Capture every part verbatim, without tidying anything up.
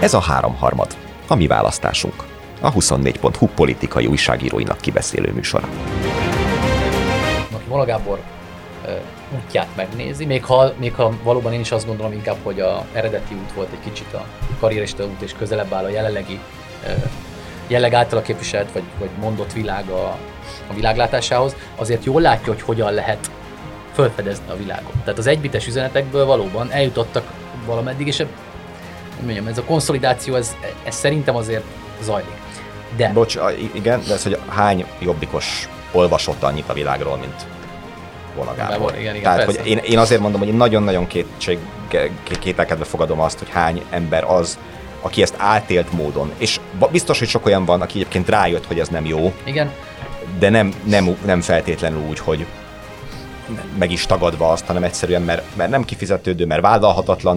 Ez a háromharmad, a mi választásunk, a huszonnégy pont hu politikai újságíróinak kibeszélő műsora. Aki Mola Gábor útját megnézi, még ha, még ha valóban én is azt gondolom inkább, hogy az eredeti út volt egy kicsit a karrierista út, és közelebb áll a jelenlegi jelleg által képviselt, vagy, vagy mondott világ a, a világlátásához, azért jól látja, hogy hogyan lehet felfedezni a világot. Tehát az egybites üzenetekből valóban eljutottak valameddig, és mondjam, ez a konszolidáció, ez, ez szerintem azért zajlik. De... Bocs, igen, de ez, hogy hány jobbikos olvasott annyit a világról, mint Mola Gábor. Igen, igen, Tehát, persze. hogy én, én azért mondom, hogy én nagyon-nagyon kétség, kételkedve fogadom azt, hogy hány ember az, aki ezt átélt módon, és biztos, hogy sok olyan van, aki egyébként rájött, hogy ez nem jó, igen. de nem, nem, nem feltétlenül úgy, hogy meg is tagadva azt, hanem egyszerűen, mert, mert nem kifizetődő, mert vállalhatatlan.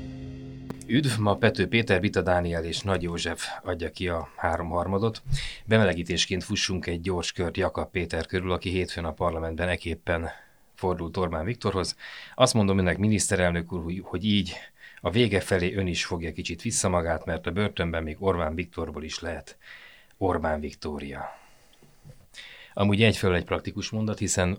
Üdv, ma Pető Péter, Vita Dániel és Nagy József adja ki a háromharmadot. Bemelegítésként fussunk egy gyors kört Jakab Péter körül, aki hétfőn a parlamentben eképpen fordult Orbán Viktorhoz. Azt mondom önnek, miniszterelnök úr, hogy így a vége felé ön is fogja kicsit vissza magát, mert a börtönben még Orbán Viktorból is lehet Orbán Viktória. Amúgy egyfelől egy praktikus mondat, hiszen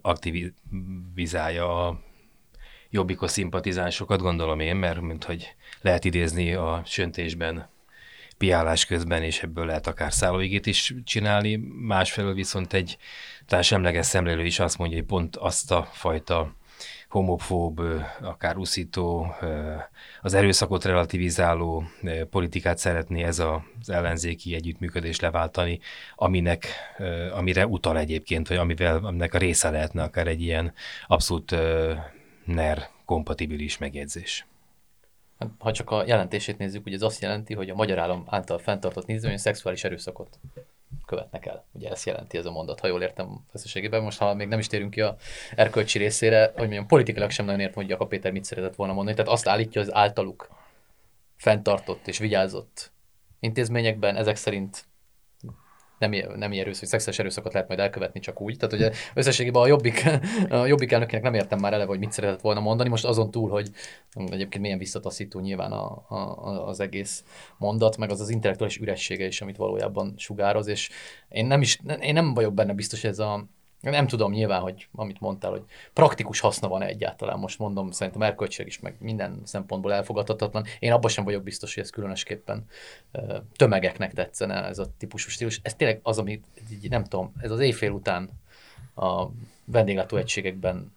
aktivizálja a jobbikos szimpatizánsokat, gondolom én, mert mint hogy lehet idézni a söntésben, piálás közben, és ebből lehet akár szállóigét is csinálni. Másfelől viszont egy társemleges szemlélő is azt mondja, hogy pont azt a fajta homofób, akár uszító, az erőszakot relativizáló politikát szeretné ez az ellenzéki együttműködés leváltani, aminek, amire utal egyébként, vagy amivel, aminek a része lehetne akár egy ilyen abszolút en e er kompatibilis megjegyzés. Ha csak a jelentését nézzük, ugye ez azt jelenti, hogy a magyar állam által fenntartott nézőjén szexuális erőszakot követnek el. Ugye ezt jelenti ez a mondat, ha jól értem összességében. Most, ha még nem is térünk ki a erkölcsi részére, hogy mondjam, politikailag sem nagyon értem, hogy Jakab Péter mit szeretett volna mondani. Tehát azt állítja, az általuk fenntartott és vigyázott intézményekben ezek szerint nem ilyen, nem ilyen erőszak, szexuális erőszakot lehet majd elkövetni csak úgy. Tehát ugye összességében a Jobbik, a Jobbik elnökének nem értem már eleve, hogy mit szeretett volna mondani. Most azon túl, hogy egyébként milyen visszataszító nyilván a, a, az egész mondat, meg az az intellektuális üressége is, amit valójában sugároz, és én nem is, én nem vagyok benne biztos, hogy ez a nem tudom nyilván, hogy amit mondtál, hogy praktikus haszna van egyáltalán, most mondom, szerintem erkölcsileg is, meg minden szempontból elfogadhatatlan. Én abban sem vagyok biztos, hogy ez különösképpen tömegeknek tetszene ez a típusú stílus. Ez tényleg az, amit nem tudom, ez az éjfél után a vendéglátóegységekben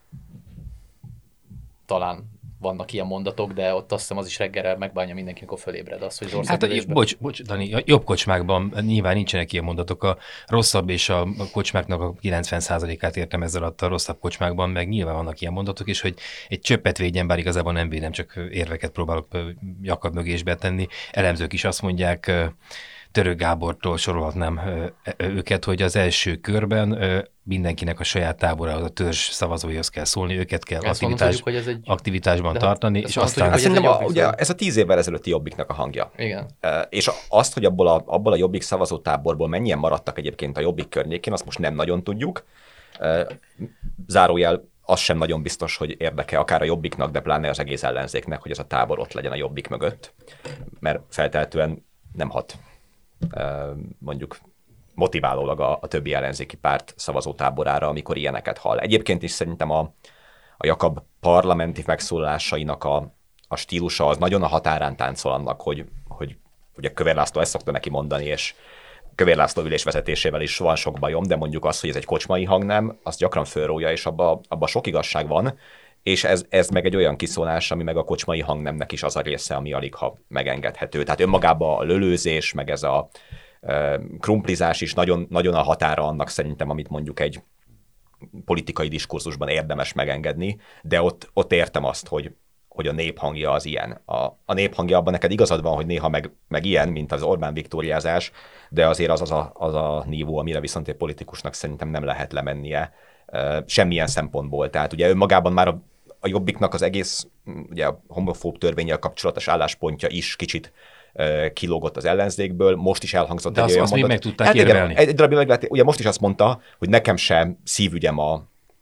talán vannak ilyen mondatok, de ott azt hiszem az is reggelre megbánja mindenki, amikor fölébred az, hogy az országgyűlésben... Hát, bocs, bocs, Dani, a jobb kocsmákban nyilván nincsenek ilyen mondatok, a rosszabb és a kocsmáknak a kilencven százalékát értem ezzel alatt, a rosszabb kocsmákban, meg nyilván vannak ilyen mondatok, és hogy egy csöppet védjen, bár igazából nem védem, csak érveket próbálok Jakab mögé is betenni. Elemzők is azt mondják, Török Gábortól sorolhatnám őket, hogy az első körben mindenkinek a saját táborához, a törzs szavazóihoz kell szólni, őket kell aktivitás, mondjuk, egy... aktivitásban de tartani, és aztán... Azt szerintem a, ugye ez a tíz évvel ezelőtti Jobbiknak a hangja. Igen. E, és azt, hogy abból a, abból a Jobbik szavazótáborból mennyien maradtak egyébként a Jobbik környékén, azt most nem nagyon tudjuk. E, zárójel, az sem nagyon biztos, hogy érdeke akár a Jobbiknak, de pláne az egész ellenzéknek, hogy ez a tábor ott legyen a Jobbik mögött, mert feltehetően nem hat mondjuk motiválólag a, a többi ellenzéki párt szavazótáborára, amikor ilyeneket hall. Egyébként is szerintem a, a Jakab parlamenti megszólalásainak a, a stílusa az nagyon a határán táncol annak, hogy, hogy ugye Kövér László ezt szokta neki mondani, és Kövér László ülés vezetésével is van sok bajom, de mondjuk az, hogy ez egy kocsmai hangnem, azt gyakran fölrója, és abban abba sok igazság van, és ez, ez meg egy olyan kiszólás, ami meg a kocsmai hangnemnek is az a része, ami alig ha megengedhető. Tehát önmagában a lölőzés, meg ez a e, krumplizás is nagyon, nagyon a határa annak szerintem, amit mondjuk egy politikai diskurzusban érdemes megengedni, de ott, ott értem azt, hogy, hogy a néphangja az ilyen. A, a néphangja abban neked igazad van, hogy néha meg, meg ilyen, mint az Orbán viktóriázás, de azért az az a, az a nívó, amire viszont egy politikusnak szerintem nem lehet lemennie e, semmilyen szempontból. Tehát ugye önmagában már a a Jobbiknak az egész ugye a homofób törvénnyel kapcsolatos álláspontja is kicsit uh, kilógott az ellenzékből, most is elhangzott de egy azt, olyan azt mondat. még meg tudták érvelni. Egy, egy darabig meg lehet, ugye most is azt mondta, hogy nekem sem szívügyem a,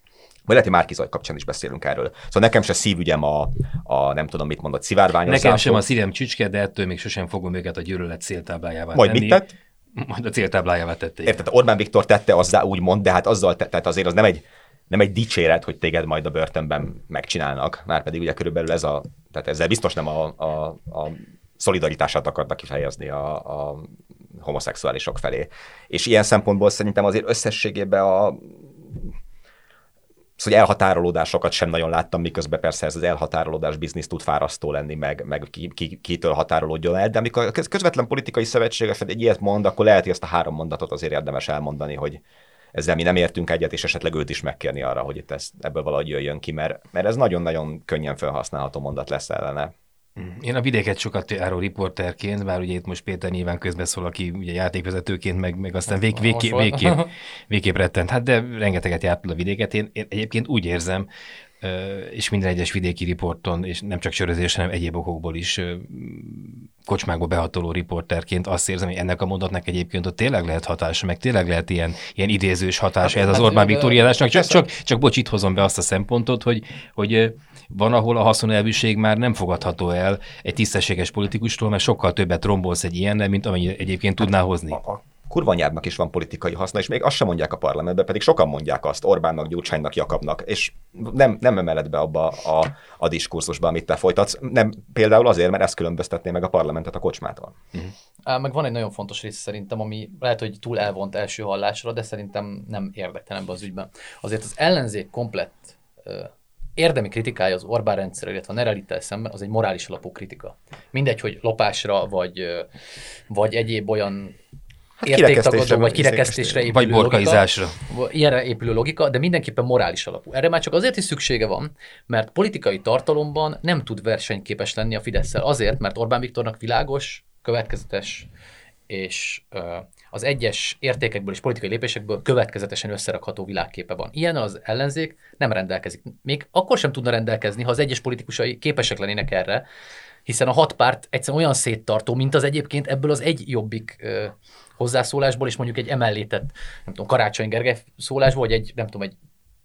Vagy lehet, hogy Márki-Zay kapcsán is beszélünk erről. Szóval nekem se szívügyem a, a nem tudom mit mondott, szivárványos Nekem zászló. sem a szívem csücske, de ettől még sosem fogom őket a gyűlölet céltáblájává Majd tenni. mit tett? Majd a céltáblájává tette. Érted, Orbán Viktor tette, azzá úgy mond, de hát azzal, te, tehát azért az nem egy, nem egy dicséret, hogy téged majd a börtönben megcsinálnak, már pedig ugye körülbelül ez a, tehát ezzel biztos nem a, a, a szolidaritását akarta kifejezni a, a homoszexuálisok felé. És ilyen szempontból szerintem azért összességében a szóval elhatárolódásokat sem nagyon láttam, miközben persze ez az elhatárolódás biznisz tud fárasztó lenni, meg, meg ki, ki, kitől határolódjon el, de amikor a közvetlen politikai szövetséges egy ilyet mond, akkor lehet, hogy ezt a három mondatot azért érdemes elmondani, hogy ezzel mi nem értünk egyet, és esetleg őt is megkérni arra, hogy itt ez, ebből valahogy jöjjön ki, mert, mert ez nagyon-nagyon könnyen felhasználható mondat lesz ellene. Én a vidéket sokat járó riporterként, bár ugye itt most Péter nyilván közbeszól, aki ugye játékvezetőként, meg, meg aztán vég, végképp, végképp, végképp rettent. Hát de rengeteget járt a vidéket. Én, én egyébként úgy érzem, és minden egyes vidéki riporton, és nem csak sörözés, hanem egyéb okokból is kocsmákba behatoló riporterként azt érzem, hogy ennek a mondatnak egyébként ott tényleg lehet hatása, meg tényleg lehet ilyen, ilyen idézős hatása ez az Orbán Viktoriázásnak. Csak, csak, csak bocs, itt hozom be azt a szempontot, hogy, hogy van, ahol a haszonelvűség már nem fogadható el egy tisztességes politikustól, mert sokkal többet rombolsz egy ilyennel, mint amennyi egyébként tudná hozni. A, a kurvanyádnak is van politikai haszna, és még azt sem mondják a parlamentben, pedig sokan mondják azt Orbánnak, Gyurcsánynak, Jakabnak, és nem, nem emeled be abba a, a diskurzusba, amit te folytatsz. Nem, például azért, mert ezt különböztetné meg a parlamentet a kocsmától. Uh-huh. Á, meg van egy nagyon fontos rész szerintem, ami lehet, hogy túl elvont első hallásra, de szerintem nem érdektelen ebben az ügyben. Azért az ellenzék komplett uh, érdemi kritikája az Orbán rendszer, illetve a Nerelittel szemben, az egy morális alapú kritika. Mindegy, hogy lopásra, vagy, vagy egyéb olyan hát értéktagadó, vagy kirekesztésre épülő vagy borkaizásra. Logika, ilyenre épülő logika, de mindenképpen morális alapú. Erre már csak azért is szüksége van, mert politikai tartalomban nem tud versenyképes lenni a Fidesszel. Azért, mert Orbán Viktornak világos, következetes és uh, az egyes értékekből és politikai lépésekből következetesen összerakható világképe van. Ilyennel az ellenzék nem rendelkezik. Még akkor sem tudna rendelkezni, ha az egyes politikusai képesek lennének erre, hiszen a hat párt egyszerűen olyan széttartó, mint az egyébként ebből az egy Jobbik uh, hozzászólásból, és mondjuk egy emellített, nem tudom, Karácsony Gergely szólásból, vagy egy, nem tudom, egy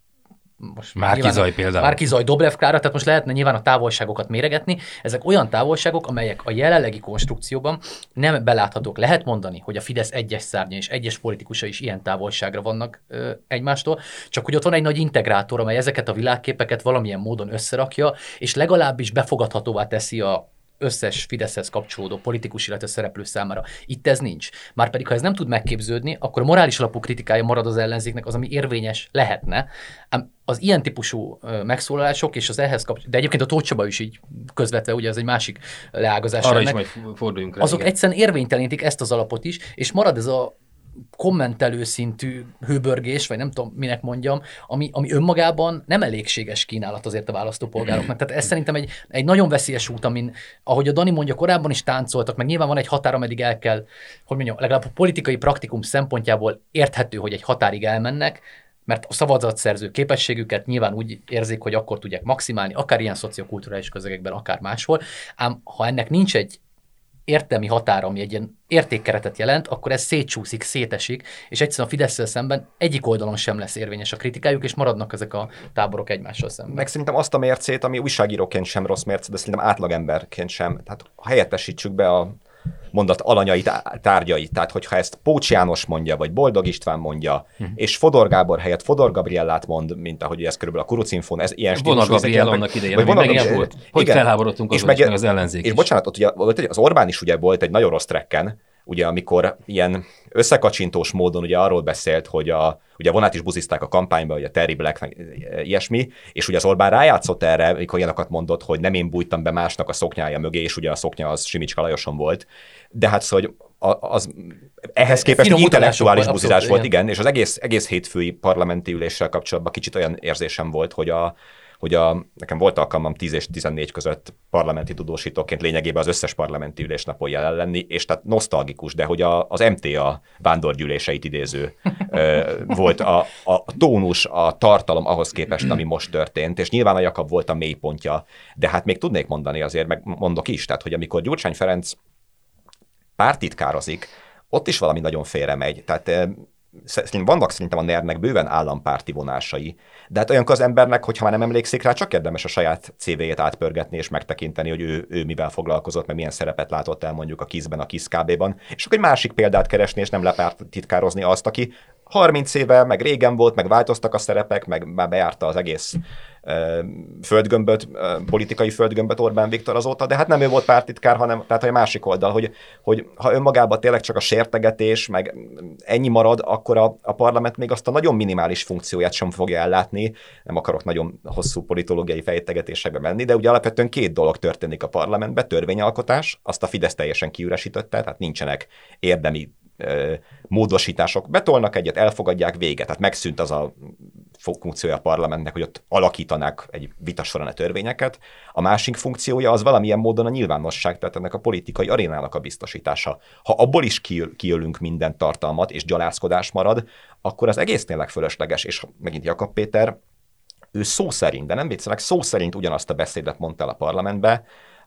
Márki-Zay például. Márki-Zay, Dobrev Klára, tehát most lehetne nyilván a távolságokat méregetni. Ezek olyan távolságok, amelyek a jelenlegi konstrukcióban nem beláthatók. Lehet mondani, hogy a Fidesz egyes szárnya és egyes politikusai is ilyen távolságra vannak ö, egymástól, csak hogy ott van egy nagy integrátor, amely ezeket a világképeket valamilyen módon összerakja, és legalábbis befogadhatóvá teszi a összes Fideszhez kapcsolódó politikus, illetve szereplő számára. Itt ez nincs. Márpedig, ha ez nem tud megképződni, akkor a morális alapú kritikája marad az ellenzéknek az, ami érvényes lehetne. Ám az ilyen típusú megszólalások, és az ehhez kapcsolódó, de egyébként a Tóth Csaba is így közvetve, ugye ez egy másik leágazás. Arra ennek, is majd forduljunk rá. Azok igen. egyszerűen érvénytelenítik ezt az alapot is, és marad ez a kommentelő szintű hőbörgés, vagy nem tudom, minek mondjam, ami, ami önmagában nem elégséges kínálat azért a választópolgároknak. Tehát ez szerintem egy, egy nagyon veszélyes út, amin, ahogy a Dani mondja, korábban is táncoltak, meg nyilván van egy határ, ameddig el kell, hogy mondjam, legalább a politikai praktikum szempontjából érthető, hogy egy határig elmennek, mert a szavazatszerző képességüket nyilván úgy érzik, hogy akkor tudják maximálni, akár ilyen szociokulturális közegekben, akár máshol, ám ha ennek nincs egy értelmi határa, ami egy ilyen értékkeretet jelent, akkor ez szétcsúszik, szétesik, és egyszerűen a Fidesszel szemben egyik oldalon sem lesz érvényes a kritikájuk, és maradnak ezek a táborok egymással szemben. Meg szerintem azt a mércét, ami újságíróként sem rossz mérce, de szerintem átlagemberként sem. Tehát helyettesítsük be a mondat alanyait, tárgyait. Tehát, hogyha ezt Pócs János mondja, vagy Boldog István mondja, hm. és Fodor Gábor helyett Fodor Gabriellát mond, mint ahogy ez körülbelül a Kurucinfón, ez ilyen stílusú. Vonag Gabriel annak idején, vagy meg is volt. Hogy felháborodtunk azon is, meg az ellenzék És is. bocsánat, ott ugye, az Orbán is ugye volt egy nagyon rossz trekken, ugye amikor ilyen összekacsintós módon ugye arról beszélt, hogy a, ugye vonát is buzizták a kampányba, ugye Terry Black, ilyesmi, és ugye az Orbán rájátszott erre, mikor ilyeneket mondott, hogy nem én bújtam be másnak a szoknyája mögé, és ugye a szoknya az Simicska Lajoson volt. De hát szóval az, ehhez képest intellektuális buzizás volt, igen, és az egész, egész hétfői parlamenti üléssel kapcsolatban kicsit olyan érzésem volt, hogy a hogy a, nekem volt alkalmam tíz és tizennégy között parlamenti tudósítóként lényegében az összes parlamenti ülésnapon jelen lenni, és tehát nosztalgikus, de hogy a, az em té á vándorgyűléseit idéző ö, volt a, a tónus, a tartalom ahhoz képest, ami most történt, és nyilván a Jakab volt a mélypontja, de hát még tudnék mondani azért, meg mondok is, tehát hogy amikor Gyurcsány Ferenc pártitkározik, ott is valami nagyon félre megy, tehát vannak szerintem a NER-nek bőven állampárti vonásai, de hát olyankor az embernek, hogyha már nem emlékszik rá, csak érdemes a saját cé vé-jét átpörgetni és megtekinteni, hogy ő, ő mivel foglalkozott, meg milyen szerepet látott el mondjuk a KISZ-ben, a KISZ ká bé-ban, és akkor egy másik példát keresni, és nem lepártitkározni azt, aki harminc éve, meg régen volt, meg változtak a szerepek, meg már bejárta az egész uh, földgömböt, uh, politikai földgömböt Orbán Viktor azóta, de hát nem ő volt pártitkár, hanem tehát a másik oldal, hogy, hogy ha önmagában tényleg csak a sértegetés, meg ennyi marad, akkor a, a parlament még azt a nagyon minimális funkcióját sem fogja ellátni. Nem akarok nagyon hosszú politológiai fejtegetésekbe menni, de ugye alapvetően két dolog történik a parlamentben, törvényalkotás, azt a Fidesz teljesen kiüresítette, tehát nincsenek érdemi módosítások, betolnak egyet, elfogadják, véget. Tehát megszűnt az a funkciója a parlamentnek, hogy ott alakítanák egy vita során a törvényeket. A másik funkciója az valamilyen módon a nyilvánosság, tehát ennek a politikai arénának a biztosítása. Ha abból is kiölünk minden tartalmat, és gyalászkodás marad, akkor az egész tényleg fölösleges, és megint Jakab Péter, ő szó szerint, de nem viccelek, szó szerint ugyanazt a beszédet mondta el a parlamentbe,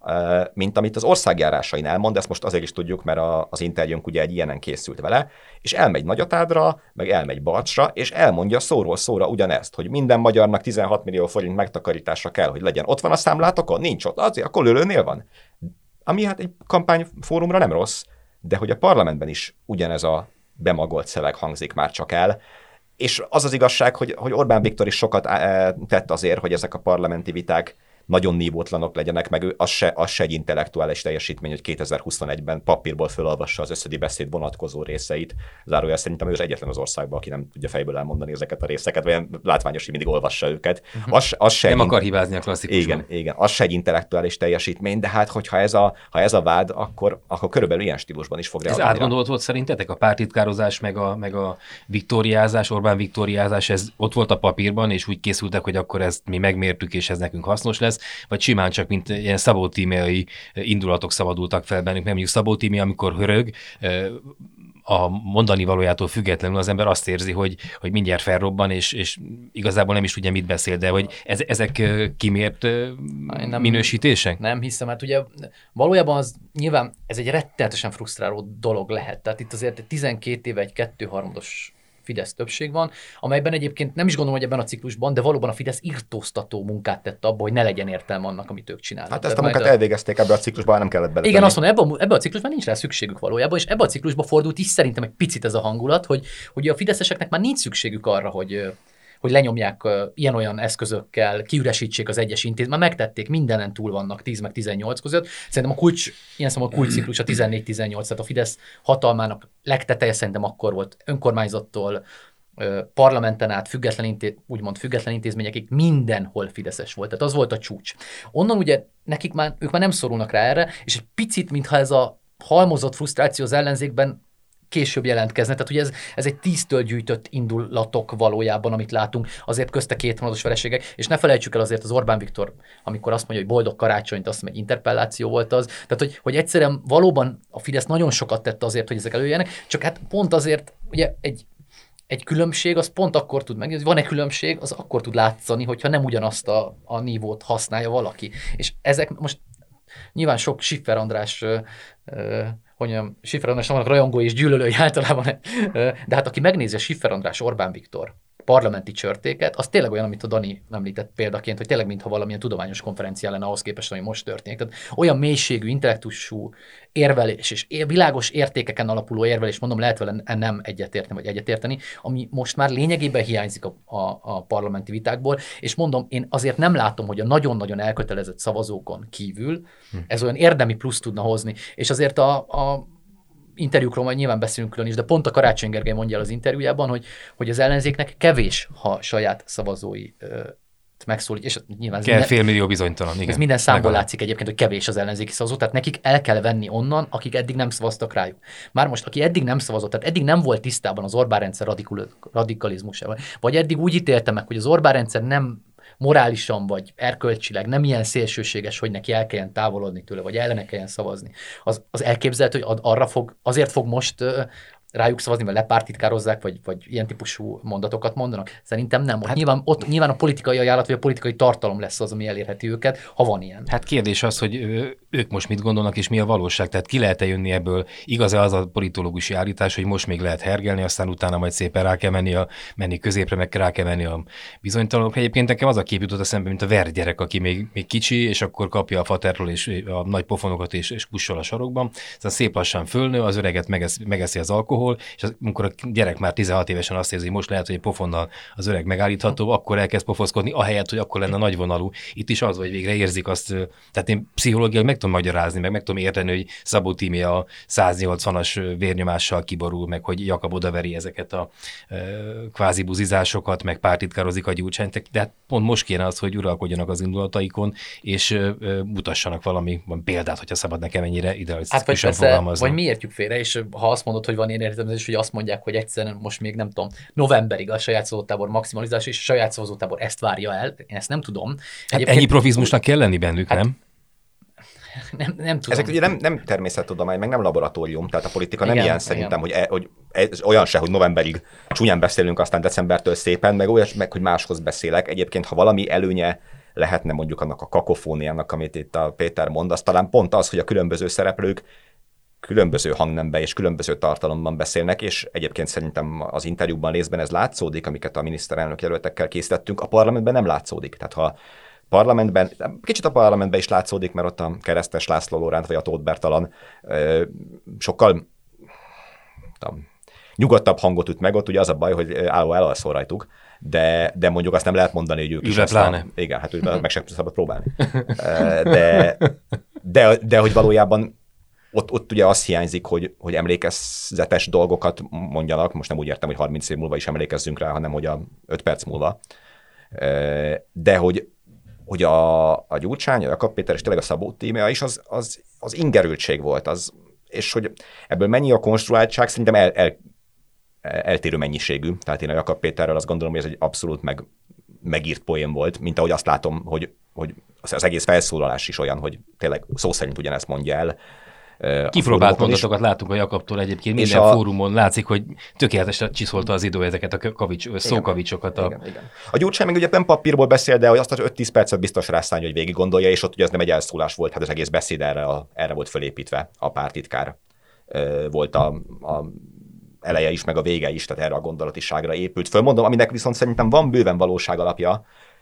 mint amit az országjárásain elmond, ezt most azért is tudjuk, mert a, az interjúnk ugye egy ilyenen készült vele, és elmegy Nagyatádra, meg elmegy Barcsra, és elmondja szóról szóra ugyanezt, hogy minden magyarnak tizenhat millió forint megtakarításra kell, hogy legyen. Ott van a számlátokon? Nincs ott. Azért, akkor lőlőnél van. Ami hát egy kampányfórumra nem rossz, de hogy a parlamentben is ugyanez a bemagolt szöveg hangzik már csak el, és az az igazság, hogy, hogy Orbán Viktor is sokat tett azért, hogy ezek a parlamenti viták nagyon nívótlanok legyenek, meg ő az se, az se egy intellektuális teljesítmény, hogy kétezer-huszonegyben papírból fölolvassa az összödi beszéd vonatkozó részeit. Zárójel szerintem ő az egyetlen az országban, aki nem tudja fejből elmondani ezeket a részeket, vagy látványos, hogy mindig olvassa őket. Az, az se nem egy, akar hibázni a klasszikusban. Igen, igen, az se egy intellektuális teljesítmény, de hát hogyha ez a, ha ez a vád, akkor, akkor körülbelül ilyen stílusban is fog reagálni. Ez átgondolt volt szerintetek? A pártitkározás, meg a, meg a viktoriázás, Orbán viktoriázás, ez ott volt a papírban, és úgy készültek, hogy akkor ezt mi megmértük, és ez nekünk hasznos lesz, vagy simán csak mint ilyen szabótímiai indulatok szabadultak fel bennünk, nem mondjuk szabótímia, amikor hörög, a mondani valójától függetlenül az ember azt érzi, hogy, hogy mindjárt felrobban, és, és igazából nem is tudja, mit beszél, de hogy ez, ezek kimért nem, minősítések? Nem hiszem, hát ugye valójában az nyilván ez egy rettenetesen frusztráló dolog lehet. Tehát itt azért tizenkét éve egy kettőharmados Fidesz többség van, amelyben egyébként nem is gondolom, hogy ebben a ciklusban, de valóban a Fidesz irtóztató munkát tett abba, hogy ne legyen értelme annak, amit ők csinálnak. Hát ezt a munkát a... elvégezték ebbe a ciklusban, nem kellett bele. Igen, azt mondom, ebbe a, ebbe a ciklusban nincs rá szükségük valójában, és ebbe a ciklusban fordult is szerintem egy picit ez a hangulat, hogy, hogy a fideszeseknek már nincs szükségük arra, hogy hogy lenyomják uh, ilyen-olyan eszközökkel, kiüresítsék az egyes intézményt, már megtették, mindenen túl vannak tíz meg tizennyolc között. Szerintem a kulcs, ilyen szóval a kulcsciklus a tizennégy tizennyolc, tehát a Fidesz hatalmának legteteje szerintem akkor volt önkormányzattól, uh, parlamenten át, független inté- úgymond független intézményekig mindenhol fideszes volt. Tehát az volt a csúcs. Onnan ugye nekik már, ők már nem szorulnak rá erre, és egy picit, mintha ez a halmozott frusztráció az ellenzékben később jelentkezne. Tehát ugye ez, ez egy tíztől gyűjtött indulatok valójában, amit látunk, azért közte kétvonatos vereségek, és ne felejtsük el azért az Orbán Viktor, amikor azt mondja, hogy boldog karácsonyt, azt mondja, egy interpelláció volt az. Tehát, hogy, hogy egyszerűen valóban a Fidesz nagyon sokat tette azért, hogy ezek előjönnek, csak hát pont azért, ugye egy Egy különbség, az pont akkor tud meg, van-e különbség, az akkor tud látszani, hogyha nem ugyanazt a, a nívót használja valaki. És ezek most nyilván sok Schiffer András ö, ö, hogy mondjam, Schiffer András vannak rajongói és gyűlölői általában, de hát aki megnézi a Schiffer András, Orbán Viktor parlamenti csörtéket, az tényleg olyan, amit a Dani említett példaként, hogy tényleg mintha valamilyen tudományos konferencia lenne ahhoz képest, ami most történik. Tehát olyan mélységű, intellektusú érvelés és világos értékeken alapuló érvelés, mondom, lehet vele nem egyetérteni vagy egyetérteni, ami most már lényegében hiányzik a, a, a parlamenti vitákból, és mondom, én azért nem látom, hogy a nagyon-nagyon elkötelezett szavazókon kívül ez olyan érdemi plusz tudna hozni, és azért a, a interjúkról majd nyilván beszélünk külön is, de pont a Karácsony Gergely mondja el az interjújában, hogy, hogy az ellenzéknek kevés, ha saját szavazói ö, megszólít, és nyilván kell minden, félmillió bizonytalan, igen. Ez minden számból látszik egyébként, hogy kevés az ellenzéki szavazó, tehát nekik el kell venni onnan, akik eddig nem szavaztak rájuk. Már most, aki eddig nem szavazott, tehát eddig nem volt tisztában az Orbán rendszer radikalizmusával, vagy eddig úgy ítélte meg, hogy az Orbán rendszer nem morálisan vagy erkölcsileg nem ilyen szélsőséges, hogy neki el kelljen távolodni tőle, vagy ellene kelljen szavazni. Az, az elképzelhető, hogy arra fog, azért fog most rájuk szavazni, mert lepártitkározzák, vagy, vagy ilyen típusú mondatokat mondanak? Szerintem nem. Ott, hát, nyilván, ott nyilván a politikai ajánlat, vagy a politikai tartalom lesz az, ami elérheti őket, ha van ilyen. Hát kérdés az, hogy ők most mit gondolnak, és mi a valóság. Tehát ki lehet-e jönni ebből? Igaz-e az a politológusi állítás, hogy most még lehet hergelni, aztán utána majd szépen rá kell menni, a, menni középre, meg rá kell menni a bizonytalanok. Egyébként nekem az a kép jutott eszembe, mint a vergyerek, aki még, még kicsi, és akkor kapja a faterről és a nagy pofonokat, és, és kussol a sarokban. Aztán szép lassan fölnő, az öreget megesz, megeszi az alkohol, és az, amikor a gyerek már tizenhat évesen azt érzi, hogy most lehet, hogy egy pofonnal az öreg megállítható, akkor elkezd pofoszkodni, ahelyett, hogy akkor lenne nagyvonalú. Itt is az, hogy végre érzik azt, tehát én pszichológiai meg tudom magyarázni, meg meg tudom érteni, hogy Szabó Tímé a száznyolcvanas vérnyomással kiborul, meg hogy Jakab odaveri ezeket a e, kvázi buzizásokat, meg pártitkározik a Gyurcsányt, de hát pont most kéne az, hogy uralkodjanak az indulataikon, és e, mutassanak valami példát, hogyha szabad nekem ennyire idealisztikusan hát, fogalmazni. Vagy mi értjük félre, és ha azt mondod, hogy van ilyen értelmezés, hogy azt mondják, hogy egyszerűen most még nem tudom, novemberig a saját szavazótábor maximalizálás, és a saját szavazótábor ezt várja el, én ezt nem tudom. Hát ennyi profizmusnak kell lenni bennük, hát, nem? Nem, nem tudom. Ezek ugye nem, nem természettudomány, meg nem laboratórium, tehát a politika nem igen, ilyen szerintem, hogy, e, hogy ez olyan se, hogy novemberig csúnyán beszélünk, aztán decembertől szépen, meg olyan, meg hogy máshoz beszélek. Egyébként, ha valami előnye lehetne mondjuk annak a kakofóniának, amit itt a Péter mond, az talán pont az, hogy a különböző szereplők különböző hangnemben és különböző tartalomban beszélnek, és egyébként szerintem az interjúban részben ez látszódik, amiket a miniszterelnök jelöltekkel készítettünk, a parlamentben nem látszódik. Tehát ha parlamentben, kicsit a parlamentben is látszódik, mert ott a Keresztes László Lóránt vagy a Tóth Bertalan sokkal tudom, nyugodtabb hangot üt meg, ott ugye az a baj, hogy álló elalszol rajtuk, de, de mondjuk azt nem lehet mondani, hogy ők is ezt a, igen, hát ők meg sem szabad próbálni. De, de, de hogy valójában Ott, ott ugye az hiányzik, hogy, hogy emlékezetes dolgokat mondjanak, most nem úgy értem, hogy harminc év múlva is emlékezzünk rá, hanem hogy a öt perc múlva. De hogy, hogy a, a Gyurcsány, a Jakab Péter és tényleg a Szabó Tímea is az, az, az ingerültség volt, az, és hogy ebből mennyi a konstruáltság, szerintem el, el, eltérő mennyiségű. Tehát én a Jakab Péterrel azt gondolom, hogy ez egy abszolút meg, megírt poén volt, mint ahogy azt látom, hogy, hogy az egész felszólalás is olyan, hogy tényleg szó szerint ugyanezt mondja el. Kipróbált mondatokat látunk a Jakabtól egyébként, minden a... fórumon látszik, hogy tökéletesen csiszolta az idő ezeket a kavics, szókavicsokat. A... Igen, igen. A Gyurcsány meg ugye nem papírból beszél, de hogy azt az öt-tíz percet biztos rászállja, hogy végig gondolja, és ott ugye az nem egy elszólás volt, hát az egész beszéd erre, a, erre volt fölépítve, a pártitkár volt a, a eleje is, meg a vége is, tehát erre a gondolatiságra épült föl. Mondom, aminek viszont szerintem van bőven valóság alapja,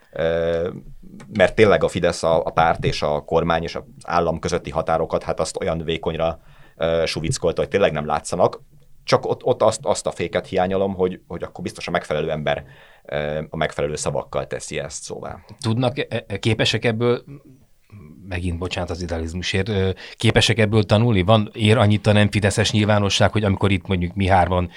mert tényleg a Fidesz, a, a párt és a kormány és az állam közötti határokat, hát azt olyan vékonyra uh, suvickolta, hogy tényleg nem látszanak. Csak ott, ott azt, azt a féket hiányolom, hogy, hogy akkor biztos a megfelelő ember uh, a megfelelő szavakkal teszi ezt szóvá. Tudnak, képesek ebből, megint bocsánat az idealizmusért, képesek ebből tanulni? Van, ér annyit a nem fideszes nyilvánosság, hogy amikor itt mondjuk mi hárman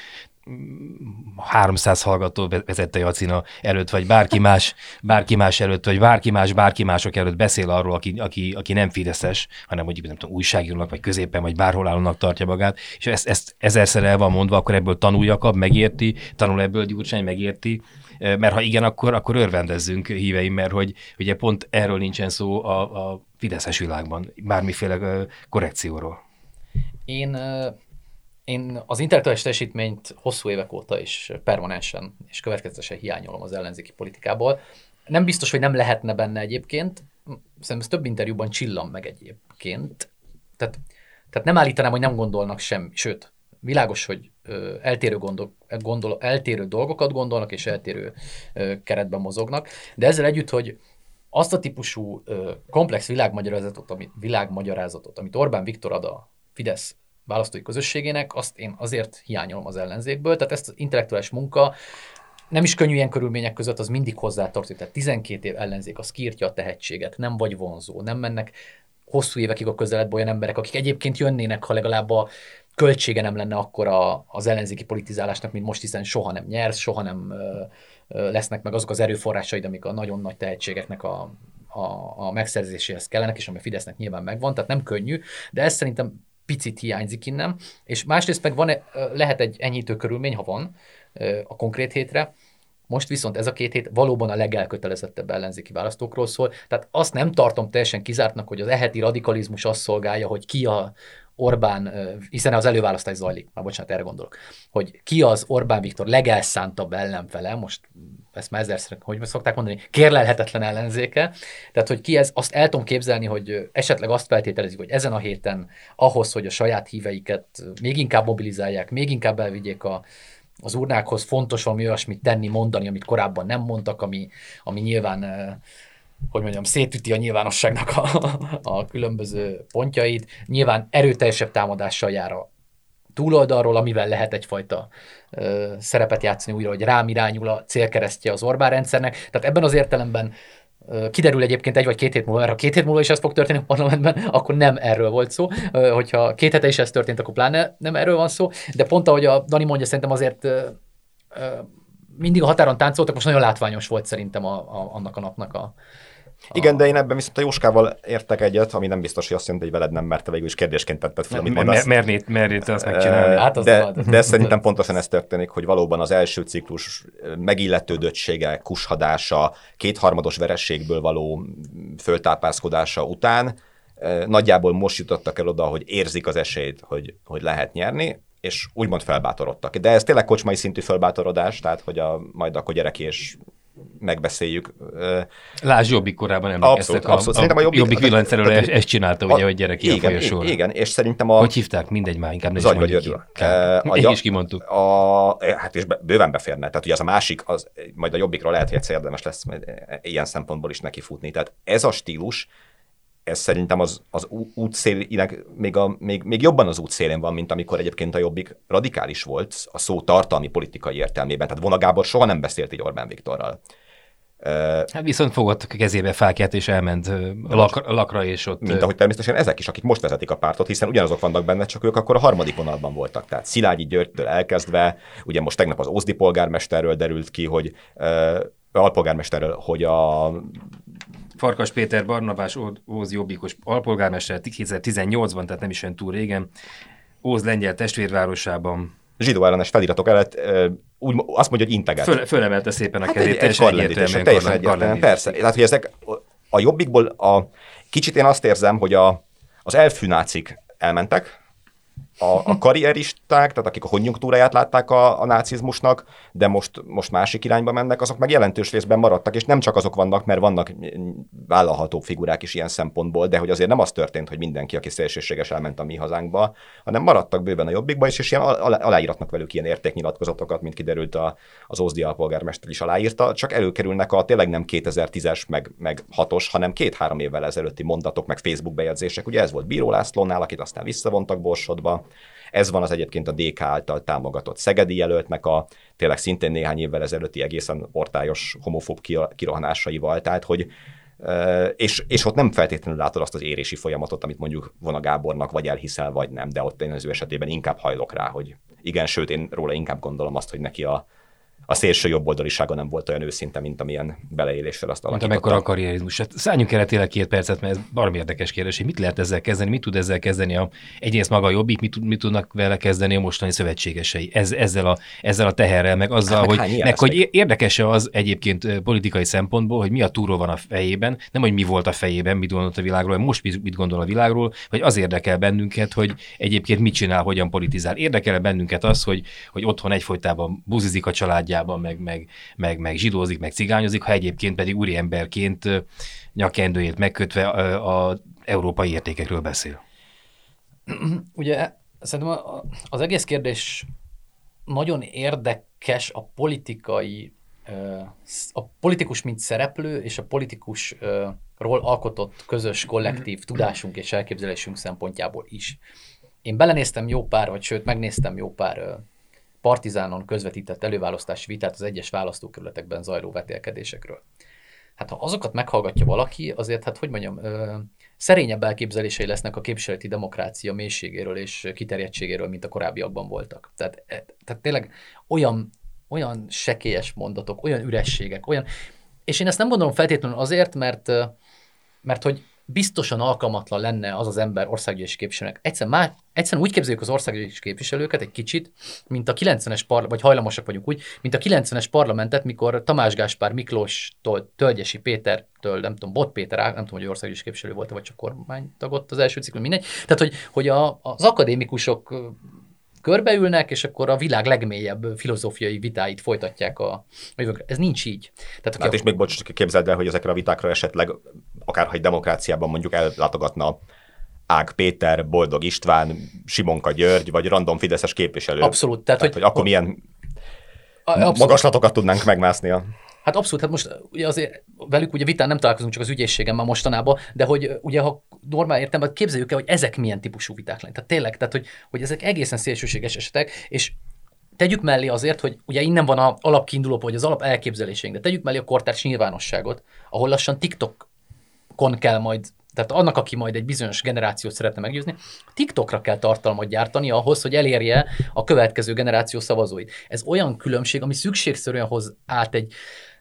háromszáz hallgató vezette Jacina előtt, vagy bárki más, bárki más előtt, vagy bárki más, bárki mások előtt beszél arról, aki, aki, aki nem fideszes, hanem mondjuk nem tudom, újságírónak, vagy középen, vagy bárhol állónak tartja magát, és ezt, ezt ezerszer el van mondva, akkor ebből tanul Jakab, megérti, tanul ebből Gyurcsány, megérti, mert ha igen, akkor, akkor örvendezzünk, híveim, mert hogy ugye pont erről nincsen szó a, a fideszes világban, bármiféle korrekcióról. Én... Én az intellektuális teljesítményt hosszú évek óta is permanensen és következetesen hiányolom az ellenzéki politikából. Nem biztos, hogy nem lehetne benne egyébként, szerintem ez több interjúban csillan meg egyébként. Tehát, tehát nem állítanám, hogy nem gondolnak semmi, sőt, világos, hogy ö, eltérő, gondol, gondol, eltérő dolgokat gondolnak és eltérő ö, keretben mozognak, de ezzel együtt, hogy azt a típusú ö, komplex világmagyarázatot, amit, világmagyarázatot, amit Orbán Viktor ad a Fidesz választói közösségének, azt én azért hiányolom az ellenzékből, tehát ezt az intellektuális munka nem is könnyű ilyen körülmények között, az mindig hozzátartozik, tehát tizenkét év ellenzék, az kiírtja a tehetséget, nem vagy vonzó, nem mennek hosszú évekig a közeledbe olyan emberek, akik egyébként jönnének, ha legalább a költsége nem lenne akkora az ellenzéki politizálásnak, mint most, hiszen soha nem nyersz, soha nem ö, ö, lesznek meg azok az erőforrásaid, amik a nagyon nagy tehetségeknek a, a, a megszerzéséhez kellenek, és ami a Fidesznek nyilván megvan, tehát nem könnyű, de ez szerintem picit hiányzik innen, és másrészt meg van, lehet egy enyhítő körülmény, ha van a konkrét hétre, most viszont ez a két hét valóban a legelkötelezettebb ellenzéki választókról szól, tehát azt nem tartom teljesen kizártnak, hogy az eheti radikalizmus azt szolgálja, hogy ki a, Orbán, hiszen az előválasztás zajlik, már bocsánat, erre gondolok, hogy ki az Orbán Viktor legelszántabb ellenfele, most ezt már ezerszer, hogy szokták mondani, kérlelhetetlen ellenzéke, tehát hogy ki ez, azt el tudom képzelni, hogy esetleg azt feltételezik, hogy ezen a héten ahhoz, hogy a saját híveiket még inkább mobilizálják, még inkább elvigyék a, az urnákhoz, fontos valami olyasmit tenni, mondani, amit korábban nem mondtak, ami, ami nyilván, hogy mondjam, szétüti a nyilvánosságnak a, a különböző pontjait, nyilván erőteljesebb támadással jár a túloldalról, amivel lehet egyfajta ö, szerepet játszani újra, hogy rám irányul a célkeresztje az Orbán rendszernek. Tehát ebben az értelemben ö, kiderül egyébként egy vagy két hét múlva, mert ha két hét múlva is ez fog történni a parlamentben, akkor nem erről volt szó. Ö, hogyha két hete is ez történt, akkor pláne nem erről van szó. De pont ahogy a Dani mondja, szerintem azért ö, ö, mindig a határon táncoltak, most nagyon látványos volt szerintem a, a, annak a napnak a Igen, de én ebben viszont a Jóskával értek egyet, ami nem biztos, hogy azt jelenti, hogy veled nem, mert te végül is kérdésként tetted fel, amit mondasz. Mernéd, mernéd azt megcsinálni. Hát az de, de szerintem pontosan ez történik, hogy valóban az első ciklus megilletődöttsége, kushadása, kétharmados verességből való föltápászkodása után nagyjából most jutottak el oda, hogy érzik az esélyt, hogy, hogy lehet nyerni, és úgymond felbátorodtak. De ez tényleg kocsmai szintű felbátorodás, tehát hogy a, majd akkor gyerek és megbeszéljük. Lásd, Jobbik korában emlékeztek. Abszolút, abszolút. A, a, a Jobbik, Jobbik villanyszerelő ezt, ezt csinálta, ugye, hogy gyerek ilyen folyosóra. Igen, és szerintem a... Hogy hívták? Mindegy már, inkább ne is mondjuk ki. Én is kimondtuk. A, hát és bőven beférne. Tehát ugye az a másik, az, majd a Jobbikról lehet, hogy egyszer érdemes lesz ilyen szempontból is neki futni. Tehát ez a stílus, ez szerintem az, az útszélinek még, a, még, még jobban az útszélén van, mint amikor egyébként a Jobbik radikális volt a szó tartalmi politikai értelmében. Tehát Vona Gábor soha nem beszélt így Orbán Viktorral. Hát viszont fogott a kezébe fákját, és elment lakra, lakra, és ott... Mint ahogy természetesen ezek is, akik most vezetik a pártot, hiszen ugyanazok vannak benne, csak ők akkor a harmadik vonalban voltak. Tehát Szilágyi Györgytől elkezdve, ugye most tegnap az Ózdi polgármesterről derült ki, hogy uh, alpolgármesterről, hogy a Farkas Péter Barnabás Óz jobbikos alpolgármester kétezer-tizennyolcban, tehát nem is olyan túl régen, Óz lengyel testvérvárosában. Zsidó ellenes feliratok előtt úgy, azt mondja, hogy integet. Föl, fölemelte szépen a hát kezét, egy, teljesen egyértelműen. Teljesen egyértelműen, persze. Tehát, hogy ezek a Jobbikból a, kicsit én azt érzem, hogy a, az elfűnácik elmentek, a, a karrieristák, tehát akik a konjunktúráját látták a, a nácizmusnak, de most, most másik irányba mennek, azok meg jelentős részben maradtak, és nem csak azok vannak, mert vannak vállalható figurák is ilyen szempontból, de hogy azért nem az történt, hogy mindenki, aki szélsőséges, elment a mi hazánkba, hanem maradtak bőven a Jobbikba is, és ilyen aláíratnak velük ilyen értéknyilatkozatokat, mint kiderült a, az Ózdi alpolgármester is aláírta, csak előkerülnek a tényleg nem kétezer-tízes, meg, meg hatos, hanem két-három évvel ezelőtti mondatok, meg Facebook bejegyzések. Ugye ez volt Bíró Lászlónál, akit aztán visszavontak Borsodba. Ez van az egyébként a dé ká által támogatott szegedi jelöltnek a tényleg szintén néhány évvel ezelőtti egészen ortályos homofób kirohanásaival, tehát hogy és, és ott nem feltétlenül látod azt az érési folyamatot, amit mondjuk Vona Gábornak vagy elhiszel, vagy nem, de ott én az ő esetében inkább hajlok rá, hogy igen, sőt, én róla inkább gondolom azt, hogy neki a a szélső jobboldalisága nem volt olyan őszinte, mint amilyen beleéléssel azt alakította. Mondta, mekkora a karrierizmus. Hát szálljunk el tényleg két percet, mert ez baromi érdekes kérdés, hogy mit lehet ezzel kezdeni, mit tud ezzel kezdeni a, egyrészt maga a Jobbik, mit, mit tudnak vele kezdeni a mostani szövetségesei ez, ezzel, a, ezzel a teherrel, meg azzal, hát, hogy, meg, hogy érdekes-e az egyébként politikai szempontból, hogy mi a túró van a fejében, nem, hogy mi volt a fejében, mit gondolt a világról, most mit gondol a világról, vagy az érdekel bennünket, hogy egyébként mit csinál, hogyan politizál. Érdekel bennünket az, hogy, hogy otthon egyfolytában buzizik a családjában, Meg, meg, meg, meg zsidózik, meg cigányozik, ha egyébként pedig úriemberként nyakendőjét megkötve az európai értékekről beszél. Ugye szerintem az egész kérdés nagyon érdekes a politikai, a politikus mint szereplő és a politikusról alkotott közös kollektív tudásunk és elképzelésünk szempontjából is. Én belenéztem jó pár, vagy sőt megnéztem jó pár Partizánon közvetített előválasztási vitát az egyes választókerületekben zajló vetélkedésekről. Hát ha azokat meghallgatja valaki, azért, hát hogy mondjam, ö, szerényebb elképzelései lesznek a képviseleti demokrácia mélységéről és kiterjedtségéről, mint a korábbiakban voltak. Tehát, tehát tényleg olyan, olyan sekélyes mondatok, olyan ürességek, olyan... És én ezt nem gondolom feltétlenül azért, mert, mert hogy biztosan alkalmatlan lenne az az ember országgyűlési képviselőnek. Egyszerűen, már, egyszerűen úgy képzeljük az országgyűlési képviselőket egy kicsit, mint a kilencvenes parlament, vagy hajlamosak vagyunk úgy, mint a kilencvenes parlamentet, mikor Tamás Gáspár Miklóstól, Tölgyesi Pétertől, nem tudom, Bot Péter, nem tudom, hogy országgyűlési képviselő volt, vagy csak kormánytagot az első ciklus, mindegy. Tehát, hogy, hogy a, az akadémikusok körbeülnek, és akkor a világ legmélyebb filozófiai vitáit folytatják a jövőkre. Ez nincs így. Tehát, hát a... és még bocs, képzeld el, hogy ezekre a vitákra esetleg, akárha egy demokráciában mondjuk ellátogatna Ág Péter, Boldog István, Simonka György, vagy random fideszes képviselő. Abszolút. Tehát, tehát hogy, hogy akkor milyen abszolút. magaslatokat tudnánk megmászni a... Hát abszolút, hát most ugye azért velük ugye vitán nem találkozunk csak az ügyészségen már mostanában, de hogy ugye ha normál értelemben képzeljük el, hogy ezek milyen típusú viták lennek. Tehát tényleg, tehát hogy, hogy ezek egészen szélsőséges esetek, és tegyük mellé azért, hogy ugye innen van az alapkiinduló, vagy az alap elképzelésénk, de tegyük mellé a kortárs nyilvánosságot, ahol lassan TikTokon kell majd, tehát annak, aki majd egy bizonyos generációt szeretne meggyőzni, TikTokra kell tartalmat gyártani ahhoz, hogy elérje a következő generáció szavazóit. Ez olyan különbség, ami szükségszerűen hoz át egy,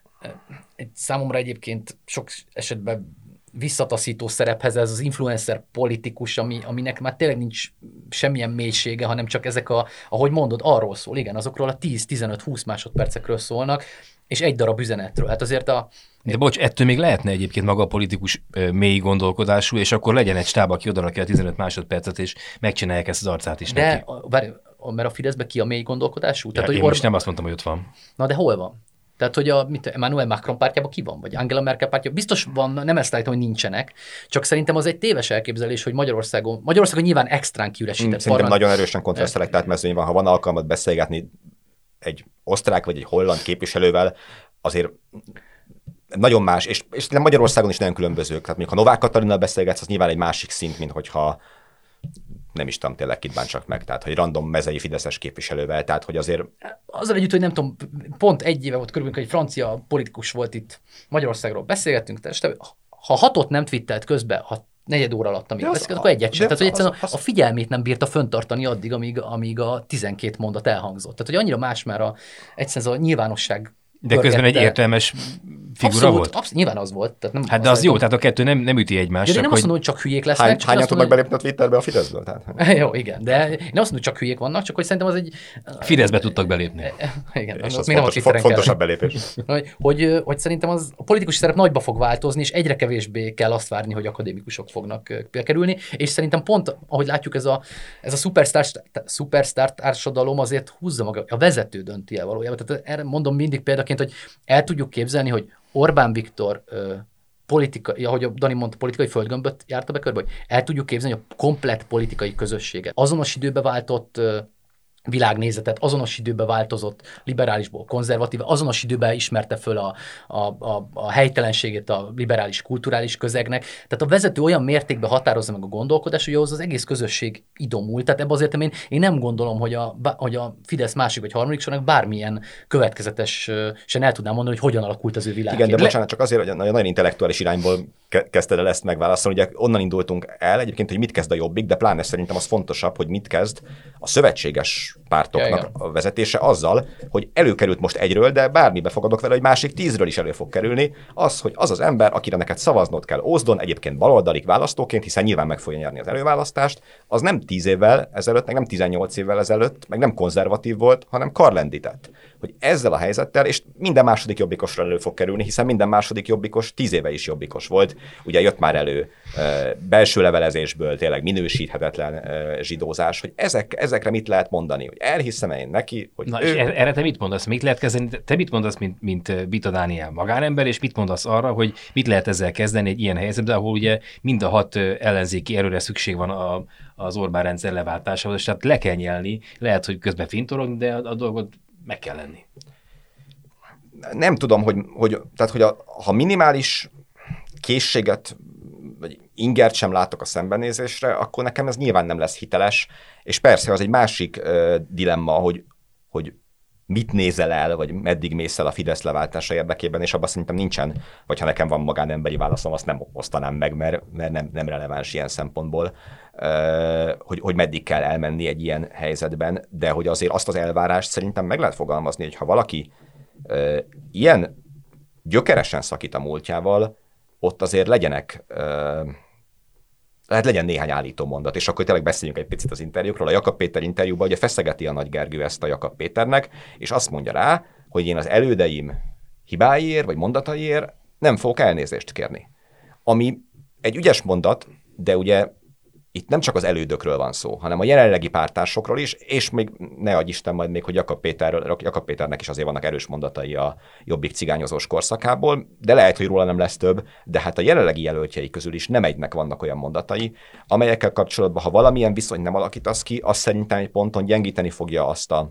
egy számomra egyébként sok esetben visszataszító szerephez, ez az influencer politikus, ami, aminek már tényleg nincs semmilyen mélysége, hanem csak ezek a, ahogy mondod, arról szól, igen, azokról a tíz-tizenöt-húsz másodpercekről szólnak, és egy darab üzenetről. Hát azért a... De bocs, ettől még lehetne egyébként maga a politikus ö, mély gondolkodású, és akkor legyen egy stáb, aki odarakja a tizenöt másodpercet, és megcsinálják ezt az arcát is de, neki. Várj, mert a Fideszben ki a mély gondolkodású? Ja, Tehát, én hogy most Orbán... nem azt mondtam, hogy ott van. Na de hol van? Tehát, hogy a mit, Emmanuel Macron pártjában ki van, vagy Angela Merkel pártjában? Biztos van, nem ezt állítom, hogy nincsenek, csak szerintem az egy téves elképzelés, hogy Magyarországon, Magyarországon nyilván extrán kiüresített. Szerintem parlant... nagyon erősen kontrasztelektált mezőny van, ha van alkalmat beszélgetni egy osztrák vagy egy holland képviselővel, azért nagyon más, és, és Magyarországon is nagyon különbözők. Tehát mondjuk, ha Novák Katalinnal beszélgetsz, az nyilván egy másik szint, mint hogyha nem is tudom tényleg kit bántsak meg, tehát hogy random mezei fideszes képviselővel, tehát hogy azért... Azzal együtt, hogy nem tudom, pont egy éve volt körülbelül, hogy egy francia politikus volt itt Magyarországról, beszélgettünk, tehát ha hatot nem twittelt közben, ha negyed óra alatt, amíg beszélget, akkor egyet sem. Tehát, hogy egyszerűen az, az, a figyelmét nem bírta föntartani addig, amíg, amíg a tizenkét mondat elhangzott. Tehát, hogy annyira más már a, egyszerűen az a nyilvánosság. De közben egy értelmes figura abszolút, volt? Abszolút, nyilván az volt. Tehát nem hát de az jó, tehát a kettő nem, nem üti egymást. Ja, de nem azt hogy... mondom, hogy csak hülyék lesznek. Hány, hányan tudnak belépni a Twitterbe a Fideszből? Tehát... Jó, igen, de én azt mondom, hogy csak hülyék vannak, csak hogy szerintem az egy... Fideszbe tudtak belépni. Igen, és az, az még fontos, nem a fontosabb belépés. hogy, hogy, hogy szerintem az, a politikus szerep nagyba fog változni, és egyre kevésbé kell azt várni, hogy akadémikusok fognak bekerülni, és szerintem pont, ahogy látjuk, ez a, ez a szupersztár, szupersztár társadalom azért húzza maga, a vezető dönti el valójában. Tehát erre mondom mindig példaként, hogy el tudjuk képzelni, hogy Orbán Viktor ö, politikai, ahogy a Dani mondta, politikai földgömböt járta be körbe, hogy el tudjuk képzelni, hogy a komplett politikai közösséget azonos időbe váltott ö, világnézetet, azonos időben változott liberálisból konzervatív, azonos időben ismerte föl a, a, a, a helytelenségét a liberális kulturális közegnek. Tehát a vezető olyan mértékben határozza meg a gondolkodás, hogy ahhoz az egész közösség idomul. Tehát ebben azért én, én nem gondolom, hogy a, hogy a Fidesz másik vagy harmadik sornak bármilyen következetesen el tudnám mondani, hogy hogyan alakult az ő világ. Igen, de bocsánat, csak azért, hogy nagyon intellektuális irányból kezdted el ezt megválaszolni. Ugye onnan indultunk el egyébként, hogy mit kezd a Jobbik, de pláne szerintem az fontosabb, hogy mit kezd a szövetséges pártoknak ja, a vezetése azzal, hogy előkerült most egyről, de bármibe fogadok vele, hogy másik tízről is elő fog kerülni, az, hogy az az ember, akire neked szavaznod kell Ózdon, egyébként baloldalik választóként, hiszen nyilván meg fogja nyerni az előválasztást, az nem tíz évvel ezelőtt, meg nem tizennyolc évvel ezelőtt, meg nem konzervatív volt, hanem karlendített. Hogy ezzel a helyzettel, és minden második jobbikosra elő fog kerülni, hiszen minden második jobbikos tíz éve is jobbikos volt. Ugye jött már elő e, belső levelezésből tényleg minősíthetetlen e, zsidózás, hogy ezek, ezekre mit lehet mondani, hogy elhiszem én neki, hogy Na ő... és erre te mit mondasz? Mit lehet kezdeni? Te mit mondasz, mint, mint Bita Dániel magánember, és mit mondasz arra, hogy mit lehet ezzel kezdeni egy ilyen helyzetben, ahol ugye mind a hat ellenzéki erőre szükség van a, az Orbán rendszer leváltásához, és tehát le kell nyelni, lehet, hogy közben fintorogni, de a, a dolgot meg kell lenni. Nem tudom, hogy, hogy, tehát, hogy a, ha minimális készséget, vagy ingert sem látok a szembenézésre, akkor nekem ez nyilván nem lesz hiteles, és persze az egy másik uh, dilemma, hogy, hogy mit nézel el, vagy meddig mész el a Fidesz leváltása érdekében, és abban szerintem nincsen, vagy ha nekem van magánemberi válaszom, azt nem osztanám meg, mert, mert nem, nem releváns ilyen szempontból, uh, hogy, hogy meddig kell elmenni egy ilyen helyzetben, de hogy azért azt az elvárást szerintem meg lehet fogalmazni, hogy ha valaki uh, ilyen gyökeresen szakít a múltjával, ott azért legyenek uh, lehet legyen néhány állító mondat, és akkor tényleg beszéljünk egy picit az interjúkról. A Jakab Péter interjúban ugye feszegeti a Nagy Gergő ezt a Jakab Péternek, és azt mondja rá, hogy én az elődeim hibáiért vagy mondataiért nem fogok elnézést kérni. Ami egy ügyes mondat, de ugye itt nem csak az elődökről van szó, hanem a jelenlegi pártársokról is, és még ne adj Isten majd még, hogy Jakab, Péterről, Jakab Péternek is azért vannak erős mondatai a Jobbik cigányozós korszakából, de lehet, hogy róla nem lesz több, de hát a jelenlegi jelöltjei közül is nem egynek vannak olyan mondatai, amelyekkel kapcsolatban, ha valamilyen viszony nem alakítasz ki, az szerintem egy ponton gyengíteni fogja azt a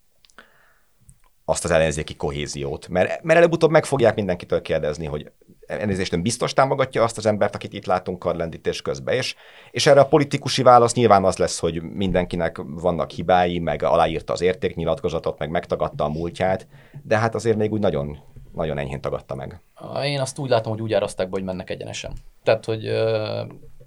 azt az ellenzéki kohéziót. Mert, mert előbb-utóbb meg fogják mindenkitől kérdezni, hogy elnézést, biztos támogatja azt az embert, akit itt látunk karlendítés közben. És, és erre a politikusi válasz nyilván az lesz, hogy mindenkinek vannak hibái, meg aláírta az értéknyilatkozatot, meg megtagadta a múltját, de hát azért még úgy nagyon, nagyon enyhén tagadta meg. Én azt úgy látom, hogy úgy árazták be, hogy mennek egyenesen. Tehát, hogy, ö,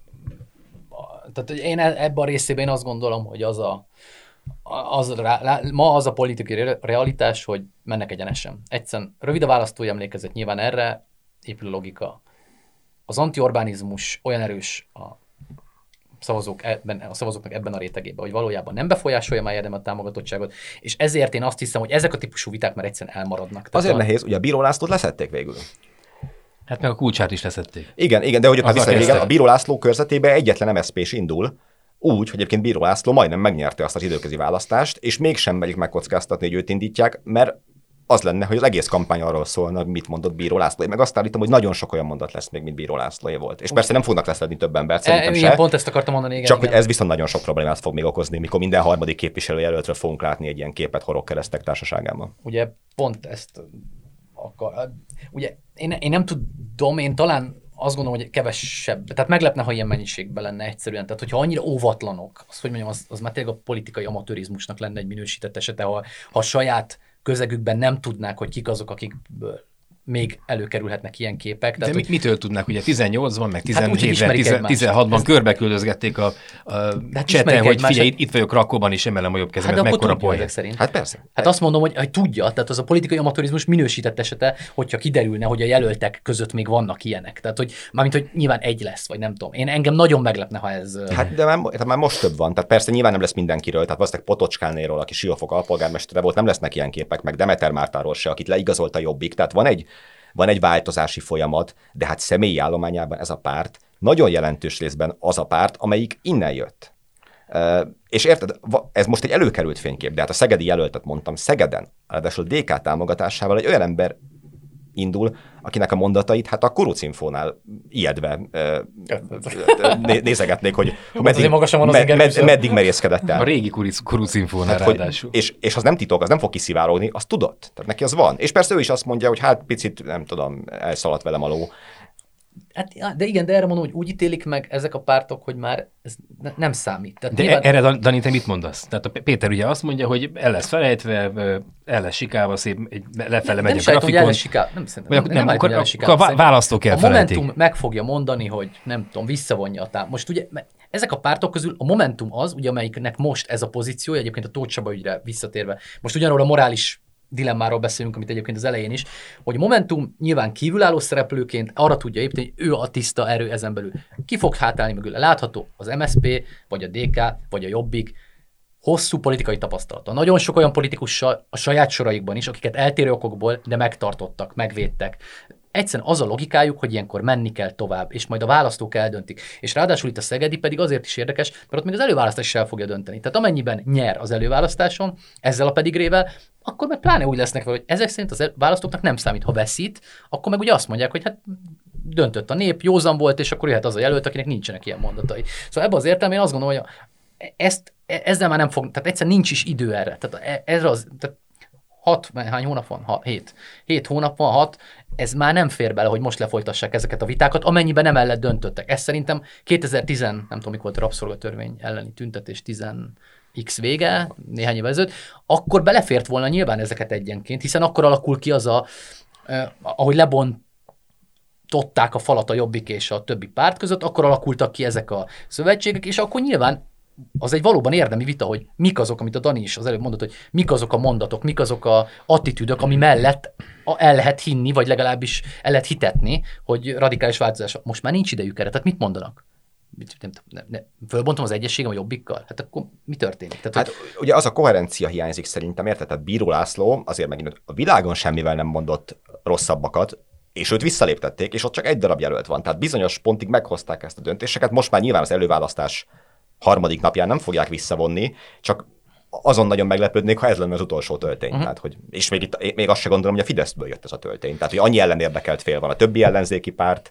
tehát, hogy én ebben a részében én azt gondolom, hogy az a Az, rá, ma az a politikai realitás, hogy mennek egyenesen. Egyszerűen rövid a választói emlékezet, nyilván erre épül a logika. Az anti-Orbánizmus olyan erős a, szavazók ebben, a szavazóknak ebben a rétegében, hogy valójában nem befolyásolja már érdemel a támogatottságot, és ezért én azt hiszem, hogy ezek a típusú viták már egyszerűen elmaradnak. Tehát Azért a... nehéz, ugye a Bíró Lászlót leszették végül. Hát meg a Kulcsát is leszették. Igen, igen, de hogy ott már vissza, a Bíró László körzetében egyetlen em es zé pés indul, úgy, hogy egyébként Bíró László majdnem megnyerte azt az időközi választást, és mégsem merik megkockáztatni, hogy őt indítják, mert az lenne, hogy az egész kampány arról szólna, mit mondott Bíró László. Én meg azt állítom, hogy nagyon sok olyan mondat lesz még, mint Bíró Lászlóé volt. És persze nem fognak leszedni több embert, szerintem e, se. Pont ezt akartam mondani, igen. Csak igen. hogy ez viszont nagyon sok problémát fog még okozni, mikor minden harmadik képviselőjelöltről fogunk látni egy ilyen képet horogkeresztek társaságában. Ugye pont ezt akar... Ugye én, én nem tudom, én talán azt gondolom, hogy kevesebb, tehát meglepne, ha ilyen mennyiségben lenne egyszerűen. Tehát, hogyha annyira óvatlanok, azt, hogy mondjam, az, az már tényleg a politikai amatőrizmusnak lenne egy minősített esete, ha, ha a saját közegükben nem tudnák, hogy kik azok, akikből még előkerülhetnek ilyen képek. De Tehát, mit, mitől tudnák? Ugye tizennyolcban, meg tizenhétben, tizenhétben, tizenhatban körbe-küldözgették a, a hát cseten, hogy figyelj, itt, itt vagyok Rakóban, és emelem a jobb kezemet, hát mekkora poén. poén. Szerint. Hát persze. Hát azt mondom, hogy, hogy tudja, tehát az a politikai amatőrizmus minősített esete, hogyha kiderülne, hogy a jelöltek között még vannak ilyenek. Tehát, hogy mármint, hogy nyilván egy lesz, vagy nem tudom. Én engem nagyon meglepne, ha ez... Hát de már, tehát már most több van. Tehát persze nyilván nem lesz mindenkiről, tehát valószínűleg Potocskánéról, aki Siófok alpolgármestere volt, nem lesznek ilyen képek, meg Demeter Mártáról se, akit leigazolta Jobbik. Tehát van egy Van egy változási folyamat, de hát személyi állományában ez a párt nagyon jelentős részben az a párt, amelyik innen jött. Uh, és érted, ez most egy előkerült fénykép, de hát a szegedi jelöltet mondtam, Szegeden, ráadásul dé ká támogatásával egy olyan ember indul, akinek a mondatait hát a Kurucinfónál ijedve uh, né- nézegetnék, hogy meddig, med- med- meddig merészkedett el. A régi Kurucinfónál hát, ráadásul. És, és az nem titok, az nem fog kiszivárogni, az tudott. Tehát neki az van. És persze ő is azt mondja, hogy hát picit, nem tudom, elszaladt velem a ló. Hát, de igen, de erre mondom, hogy úgy ítélik meg ezek a pártok, hogy már ez ne, nem számít. Tehát de nyilván... erre, Dani, te mit mondasz? Tehát a Péter ugye azt mondja, hogy el lesz felejtve, el lesz sikálva, szép, egy lefele megy a grafikon. Nem el lesz sikálva, nem szerintem. Nem, nem, nem akkor, el lesz sikálva. akkor a választók elfelejtik. A Momentum meg fogja mondani, hogy nem tudom, visszavonja a tám. Most ugye ezek a pártok közül a Momentum az, ugye amelyiknek most ez a pozíciója, egyébként a Tóth Csaba ügyre visszatérve, most ugyanarról a morális dilemmáról beszélünk, amit egyébként az elején is, hogy Momentum nyilván kívülálló szereplőként arra tudja építeni, hogy ő a tiszta erő ezen belül. Ki fog hátállni mögül? Látható az em es zé pé, vagy a dé ká, vagy a Jobbik hosszú politikai tapasztalata. Nagyon sok olyan politikussal a saját soraikban is, akiket eltérő okokból, de megtartottak, megvédtek. Egyszerűen az a logikájuk, hogy ilyenkor menni kell tovább, és majd a választók eldöntik. És ráadásul itt a szegedi pedig azért is érdekes, mert ott még az előválasztás is el fogja dönteni. Tehát amennyiben nyer az előválasztáson, ezzel a pedigrével, akkor meg pláne úgy lesznek vele, hogy ezek szerint az választóknak nem számít, ha veszít, akkor meg ugye azt mondják, hogy hát döntött a nép, józan volt, és akkor jöhet az a jelölt, akinek nincsenek ilyen mondatai. Szóval ebben az értelemben én azt gondolom, hogy ezt, ezzel már nem fog, tehát egyszerűen nincs is idő erre. Tehát erre az, tehát hat, hány hónap van? Ha, hét. Hét hónap van, hat. Ez már nem fér bele, hogy most lefolytassák ezeket a vitákat, amennyiben nem ellen döntöttek. Ez szerintem kétezer-tíz, nem tudom, mikor volt a rabszolgatörvény elleni tüntetés, tíz x vége, néhány évvel ezelőtt, akkor belefért volna nyilván ezeket egyenként, hiszen akkor alakul ki az a, eh, ahogy lebontották a falat a Jobbik és a többi párt között, akkor alakultak ki ezek a szövetségek, és akkor nyilván az egy valóban érdemi vita, hogy mik azok, amit a Dani is az előbb mondott, hogy mik azok a mondatok, mik azok a attitűdök, ami mellett el lehet hinni, vagy legalábbis el lehet hitetni, hogy radikális változás. Most már nincs idejük erre, tehát mit mondanak? nem, nem, nem, fölbontom az egyességem a Jobbikkal, hát akkor mi történik? Tehát, hát hogy... ugye az a koherencia hiányzik szerintem, érted? Tehát Bíró László azért megint a világon semmivel nem mondott rosszabbakat, és őt visszaléptették, és ott csak egy darab jelölt van. Tehát bizonyos pontig meghozták ezt a döntéseket, most már nyilván az előválasztás harmadik napján nem fogják visszavonni, csak azon nagyon meglepődnék, ha ez lenne az utolsó töltény. Uh-huh. Tehát, hogy, és még, itt, még azt se gondolom, hogy a Fideszből jött ez a töltény. Tehát, hogy annyi ellenérdekelt fél van. A többi ellenzéki párt,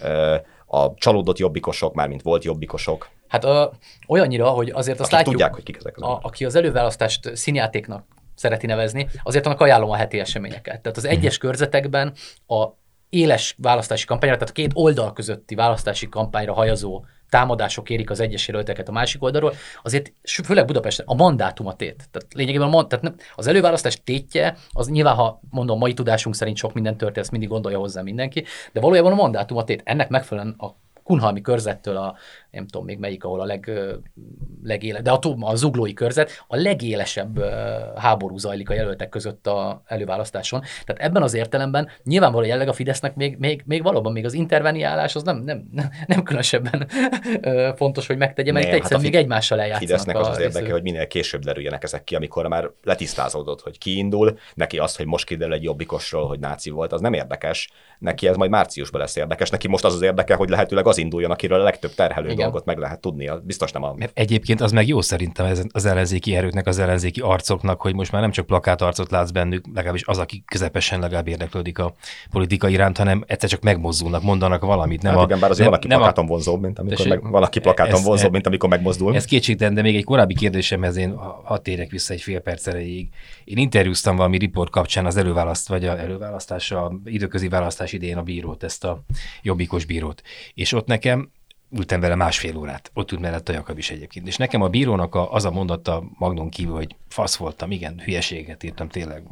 a csalódott jobbikosok, mármint volt jobbikosok. Hát ö, olyannyira, hogy azért azt látjuk, tudják, hogy kik ezek az a, aki az előválasztást színjátéknak szereti nevezni, azért annak ajánlom a heti eseményeket. Tehát az egyes uh-huh. körzetekben a éles választási kampányra, tehát a két oldal közötti választási kampányra hajazó támadások érik az egyes jelölteket a másik oldalról, azért főleg Budapesten a mandátum a tét. Tehát lényegében a, tehát nem, az előválasztás tétje, az nyilván, ha mondom, mai tudásunk szerint sok minden történt, ezt mindig gondolja hozzá mindenki, de valójában a mandátum a tét. Ennek megfelelően a kunhalmi körzettől a, nem tudom még melyik, ahol a leg, legéle, de a, a zuglói körzet, a legélesebb háború zajlik a jelöltek között a előválasztáson. Tehát ebben az értelemben nyilvánvalóan jelleg a Fidesznek még, még, még valóban még az interveniálás az nem, nem, nem különösebben fontos, hogy megtegye, mert itt egyszerűen hát még egymással eljátszanak. Fidesznek az az érdeke, hogy minél később derüljenek ezek ki, amikor már letisztázódott, hogy ki indul, neki az, hogy most kiderül egy jobbikosról, hogy náci volt, az nem érdekes. Neki ez majd márciusban lesz érdekes. Neki most az az érdeke, hogy lehetőleg az induljon, akiről a legtöbb terhelő Igen. dolgot meg lehet tudni. Biztos nem a... Mert egyébként az meg jó szerintem az ellenzéki erőknek, az ellenzéki arcoknak, hogy most már nem csak plakátarcot látsz bennük, legalábbis az, aki közepesen legalább érdeklődik a politika iránt, hanem egyszer csak megmozdulnak, mondanak valamit. Nem hát a, igen, bár azért nem, van, aki plakáton a... vonzóbb, mint amikor meg, van, aki plakáton ez, vonzóbb, mint amikor megmozdul. Ez kétségtelen, de még egy korábbi kérdésemhez én hadd térek vissza egy fél perc erejéig. Én interjúztam valami riport kapcsán az előválaszt, vagy a előválasztás, a időközi választás idején a bírót, ezt a jobbikos bírót. És ott nekem ültem vele másfél órát, ott ült mellett a Jakab is egyébként. És nekem a bírónak a, az a mondata magnon kívül, hogy fasz voltam, igen, hülyeséget írtam tényleg.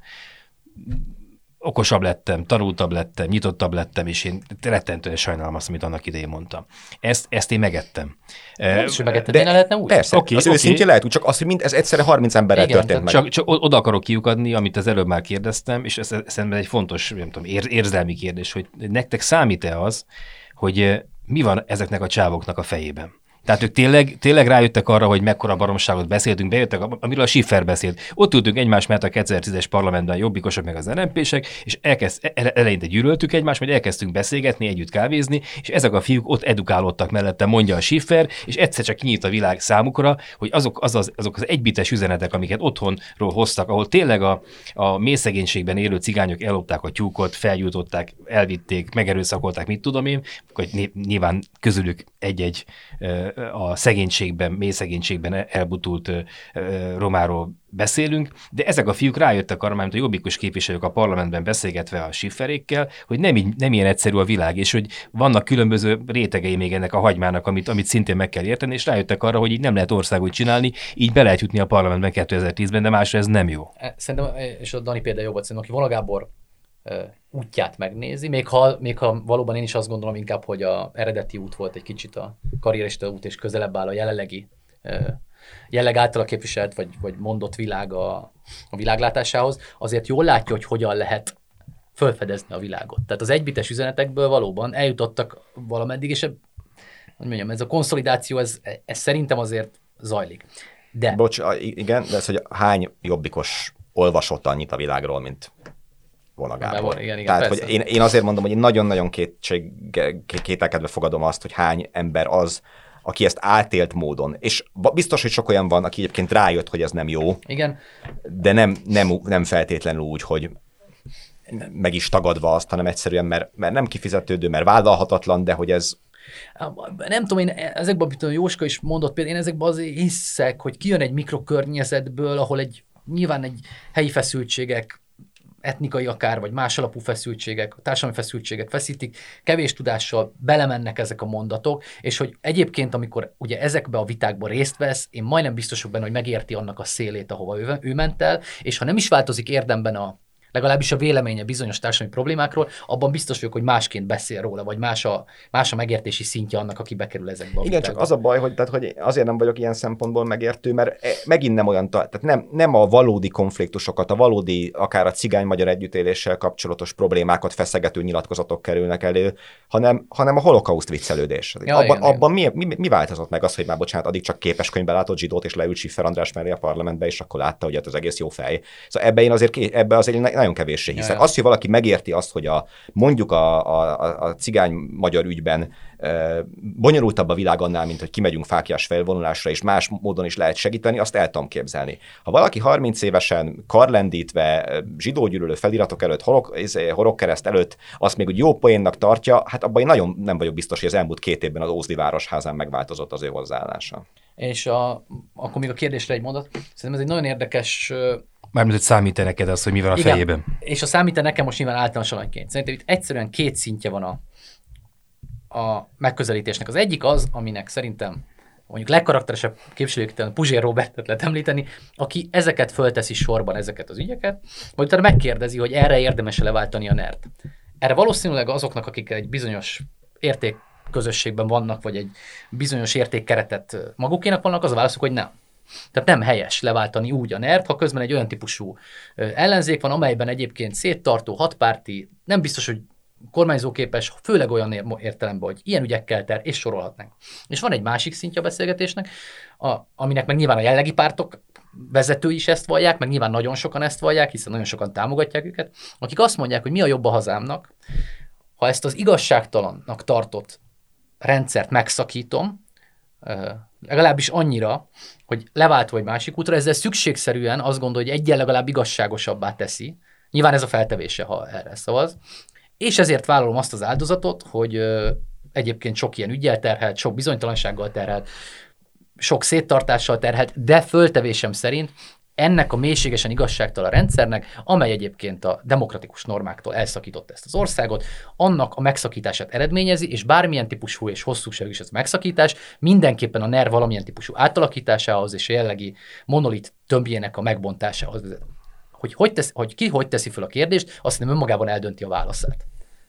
Okosabb lettem, tanultabb lettem, nyitottabb lettem, és én rettentően sajnálom azt, amit annak idején mondtam. Ezt, ezt én megettem. Nem is, hogy megettem, de lehetne úgy? Persze, okay, az okay. őszintén lehet úgy, csak az, hogy mind ez egyszerre harminc emberrel igen, történt meg. Csak, csak oda akarok kiukadni, amit az előbb már kérdeztem, és ez szerintem egy fontos, nem tudom, ér, érzelmi kérdés, hogy nektek számít-e az, hogy mi van ezeknek a csávoknak a fejében? Tehát ők tényleg, tényleg rájöttek arra, hogy mekkora baromságot beszéltünk, bejöttek, amiről a Schiffer beszélt. Ott ültünk egymás mellett a kétezer-tízes parlamentben jobbikosok meg az en em pések, és elkezd, eleinte gyűlöltük egymást, majd elkezdtünk beszélgetni, együtt kávézni, és ezek a fiúk ott edukálódtak mellette, mondja a Schiffer, és egyszer csak kinyit a világ számukra, hogy azok az, az, azok az egybites üzenetek, amiket otthonról hoztak, ahol tényleg a, a mélyszegénységben élő cigányok ellopták a tyúkot, feljutották, elvitték, megerőszakolták, mit tudom én, hogy nyilván közülük egy-egy a szegénységben, mély szegénységben elbutult romáról beszélünk, de ezek a fiúk rájöttek arra, mert a jobbikos képviselők a parlamentben beszélgetve a Schifferékkel, hogy nem, így, nem ilyen egyszerű a világ, és hogy vannak különböző rétegei még ennek a hagymának, amit, amit szintén meg kell érteni, és rájöttek arra, hogy így nem lehet országot csinálni, így be lehet jutni a parlamentben kétezer-tízben, de másra ez nem jó. Szerintem, és a Dani például jó volt, szerintem, aki Vona Gábor útját megnézi, még ha, még ha valóban én is azt gondolom inkább, hogy a eredeti út volt egy kicsit a karrierista út, és közelebb áll a jelenlegi jelleg által képviselt, vagy, vagy mondott világ a, a világlátásához, azért jól látja, hogy hogyan lehet felfedezni a világot. Tehát az egybites üzenetekből valóban eljutottak valameddig, és hogy mondjam, ez a konszolidáció, ez, ez szerintem azért zajlik. De... Bocs, igen, de ez, hogy hány jobbikos olvasott annyit a világról, mint Vona Gábor. Igen, igen, Tehát, hogy én, én azért mondom, hogy én nagyon-nagyon kétség, kételkedve fogadom azt, hogy hány ember az, aki ezt átélt módon. És biztos, hogy sok olyan van, aki egyébként rájött, hogy ez nem jó, igen. de nem, nem, nem feltétlenül úgy, hogy meg is tagadva azt, hanem egyszerűen, mert, mert nem kifizetődő, mert vállalhatatlan, de hogy ez... Nem tudom, én ezekben, amit a Jóska is mondott, például én ezekben azért hiszek, hogy kijön egy mikrokörnyezetből, ahol egy nyilván egy helyi feszültségek, etnikai akár, vagy más alapú feszültségek, társadalmi feszültségek feszítik, kevés tudással belemennek ezek a mondatok, és hogy egyébként, amikor ugye ezekbe a vitákba részt vesz, én majdnem biztos benne, hogy megérti annak a szélét, ahova ő, ő ment el, és ha nem is változik érdemben a, legalábbis a véleménye bizonyos társadalmi problémákról, abban biztos vagyok, hogy másként beszél róla, vagy más a, más a megértési szintje annak, aki bekerül ezekbe a Igen, vitákba. csak az a baj, hogy, tehát, hogy azért nem vagyok ilyen szempontból megértő, mert megint nem olyan, tehát nem, nem a valódi konfliktusokat, a valódi, akár a cigány-magyar együttéléssel kapcsolatos problémákat feszegető nyilatkozatok kerülnek elő, hanem, hanem a holokauszt viccelődés. Ja, abban igen, abban mi, mi, mi változott meg az, hogy már bocsánat, addig csak képeskönyvben látott zsidót, és leült Schiffer András mellé a parlamentbe, és akkor látta, hogy az egész jó fej. Szóval ebbe én azért, ebbe azért nagyon kevéssé hiszek. Ja, ja. Az, hogy valaki megérti azt, hogy a, mondjuk a, a, a cigány-magyar ügyben e, bonyolultabb a világ annál, mint hogy kimegyünk fáklyás felvonulásra, és más módon is lehet segíteni, azt el tudom képzelni. Ha valaki harminc évesen karlendítve, zsidógyűlölő feliratok előtt, horog, horogkereszt előtt azt még úgy jó poénnak tartja, hát abban én nagyon nem vagyok biztos, hogy az elmúlt két évben az Ózdi Városházán megváltozott az ő hozzáállása. És a, akkor még a kérdésre egy mondat. Szerintem ez egy nagyon érdekes... Mármint, hogy számít-e neked az, hogy mi van a igen, fejében? És a számít-e nekem most nyilván általános alanyként. Szerintem itt egyszerűen két szintje van a, a megközelítésnek. Az egyik az, aminek szerintem mondjuk legkarakteresebb képviselőként Puzsér Robertet lehet említeni, aki ezeket fölteszi sorban, ezeket az ügyeket, majd utána megkérdezi, hogy erre érdemes-e leváltani a nert. Erre valószínűleg azoknak, akik egy bizonyos értékközösségben vannak, vagy egy bizonyos értékkeretet magukénak vannak, az a válaszuk, hogy nem. Tehát nem helyes leváltani úgy a nert, ha közben egy olyan típusú ellenzék van, amelyben egyébként széttartó, hatpárti, nem biztos, hogy kormányzóképes, főleg olyan értelemben, hogy ilyen ügyekkel ter, és sorolhatnánk. És van egy másik szintje a beszélgetésnek, a, aminek meg nyilván a jellegi pártok vezetői is ezt vallják, meg nyilván nagyon sokan ezt vallják, hiszen nagyon sokan támogatják őket, akik azt mondják, hogy mi a jobb a hazámnak, ha ezt az igazságtalannak tartott rendszert megszakítom, legalábbis annyira, hogy leváltva egy másik útra, ezzel szükségszerűen azt gondolja, hogy egyen legalább igazságosabbá teszi. Nyilván ez a feltevése, ha erre szavaz. És ezért vállalom azt az áldozatot, hogy ö, egyébként sok ilyen üggyel terhelt, sok bizonytalansággal terhelt, sok széttartással terhelt, de föltevésem szerint ennek a mélységesen igazságtalan rendszernek, amely egyébként a demokratikus normáktól elszakította ezt az országot, annak a megszakítását eredményezi, és bármilyen típusú és hosszúságú is ez megszakítás, mindenképpen a NER valamilyen típusú átalakításához és a jellegi monolit tömbjének a megbontásához vezet. Hogy, hogy, tesz, hogy ki hogy teszi föl a kérdést, azt hiszem önmagában eldönti a válaszát.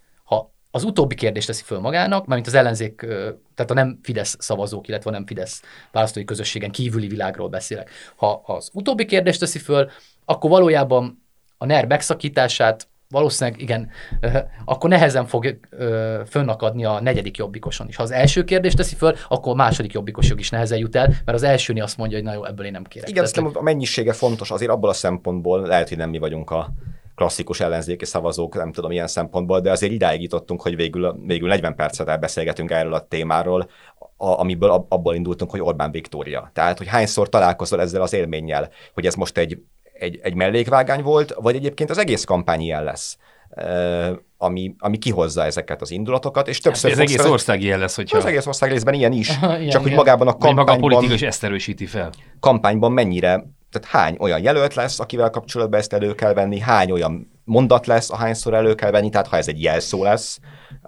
Ha az utóbbi kérdést teszi föl magának, mármint az ellenzék, tehát a nem Fidesz szavazók, illetve a nem Fidesz választói közösségen kívüli világról beszélek. Ha az utóbbi kérdést teszi föl, akkor valójában a NER megszakítását valószínűleg igen, akkor nehezen fog fönnakadni a negyedik jobbikoson is. Ha az első kérdést teszi föl, akkor a második jobbikos jog is nehezen jut el, mert az elsőni azt mondja, hogy na jó, ebből én nem kérek. Igen, tehát, a mennyisége fontos, azért abból a szempontból, lehet, hogy nem mi vagyunk a klasszikus ellenzéki szavazók, nem tudom ilyen szempontból, de azért idáig jutottunk, hogy végül, végül negyven percet elbeszélgetünk erről a témáról, a, amiből abból indultunk, hogy Orbán Viktória. Tehát, hogy hányszor találkozol ezzel az élménnyel, hogy ez most egy, egy, egy mellékvágány volt, vagy egyébként az egész kampány ilyen lesz, uh, ami, ami kihozza ezeket az indulatokat, és többször... Ez egész ország ilyen lesz, hogyha... Az egész ország részben ilyen is, Aha, ilyen, csak hogy ilyen. magában a kampányban... Maga a politika is ezt erősíti fel. Kampányban mennyire, tehát hány olyan jelölt lesz, akivel kapcsolatban ezt elő kell venni, hány olyan mondat lesz, ahányszor elő kell venni, tehát ha ez egy jelszó lesz,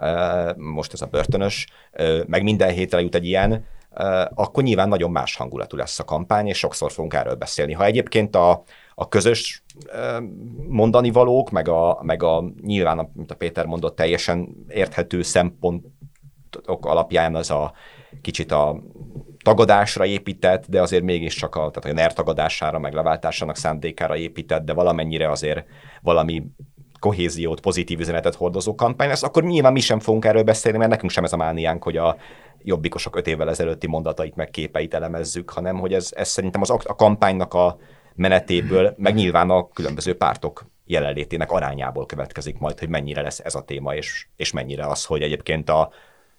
most ez a börtönös, meg minden hétre jut egy ilyen, akkor nyilván nagyon más hangulatú lesz a kampány, és sokszor fogunk erről beszélni. Ha egyébként a, a közös mondani valók, meg a, meg a nyilván, mint a Péter mondott, teljesen érthető szempontok alapján az a kicsit a tagadásra épített, de azért mégiscsak a, tehát a NER tagadására, meg leváltásának szándékára épített, de valamennyire azért valami kohéziót, pozitív üzenetet hordozó kampány lesz, akkor nyilván mi sem fogunk erről beszélni, mert nekünk sem ez a mániánk, hogy a jobbikosok öt évvel ezelőtti mondatait meg képeit elemezzük, hanem hogy ez, ez szerintem az a kampánynak a menetéből, meg nyilván a különböző pártok jelenlétének arányából következik majd, hogy mennyire lesz ez a téma, és, és mennyire az, hogy egyébként a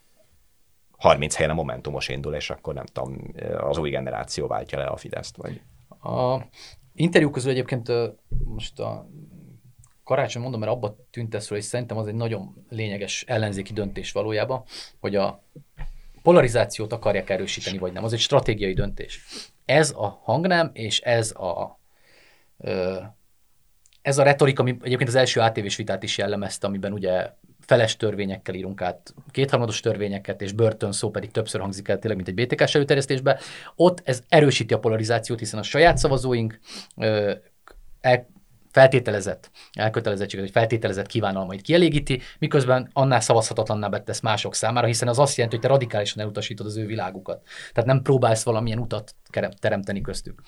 harminc helyen a Momentumos indul, és akkor nem tudom, az új generáció váltja le a Fideszt, vagy... A interjú közül egyébként most a Karácsony mondom, mert abba tűnt ez, és szerintem az egy nagyon lényeges ellenzéki döntés valójában, hogy a polarizációt akarják erősíteni, vagy nem. Az egy stratégiai döntés. Ez a hangnám, és ez a, ez a retorika, ami egyébként az első á té vés vitát is jellemezte, amiben ugye feles törvényekkel írunk át, kétharmados törvényeket, és börtön szó pedig többször hangzik el tényleg, mint egy bé té ká-s előterjesztésben. Ott ez erősíti a polarizációt, hiszen a saját szavazóink el, feltételezett elkötelezettséget, vagy feltételezett kívánalmait kielégíti, miközben annál szavazhatatlanná tesz mások számára, hiszen az azt jelenti, hogy te radikálisan elutasítod az ő világukat. Tehát nem próbálsz valamilyen utat teremteni köztük.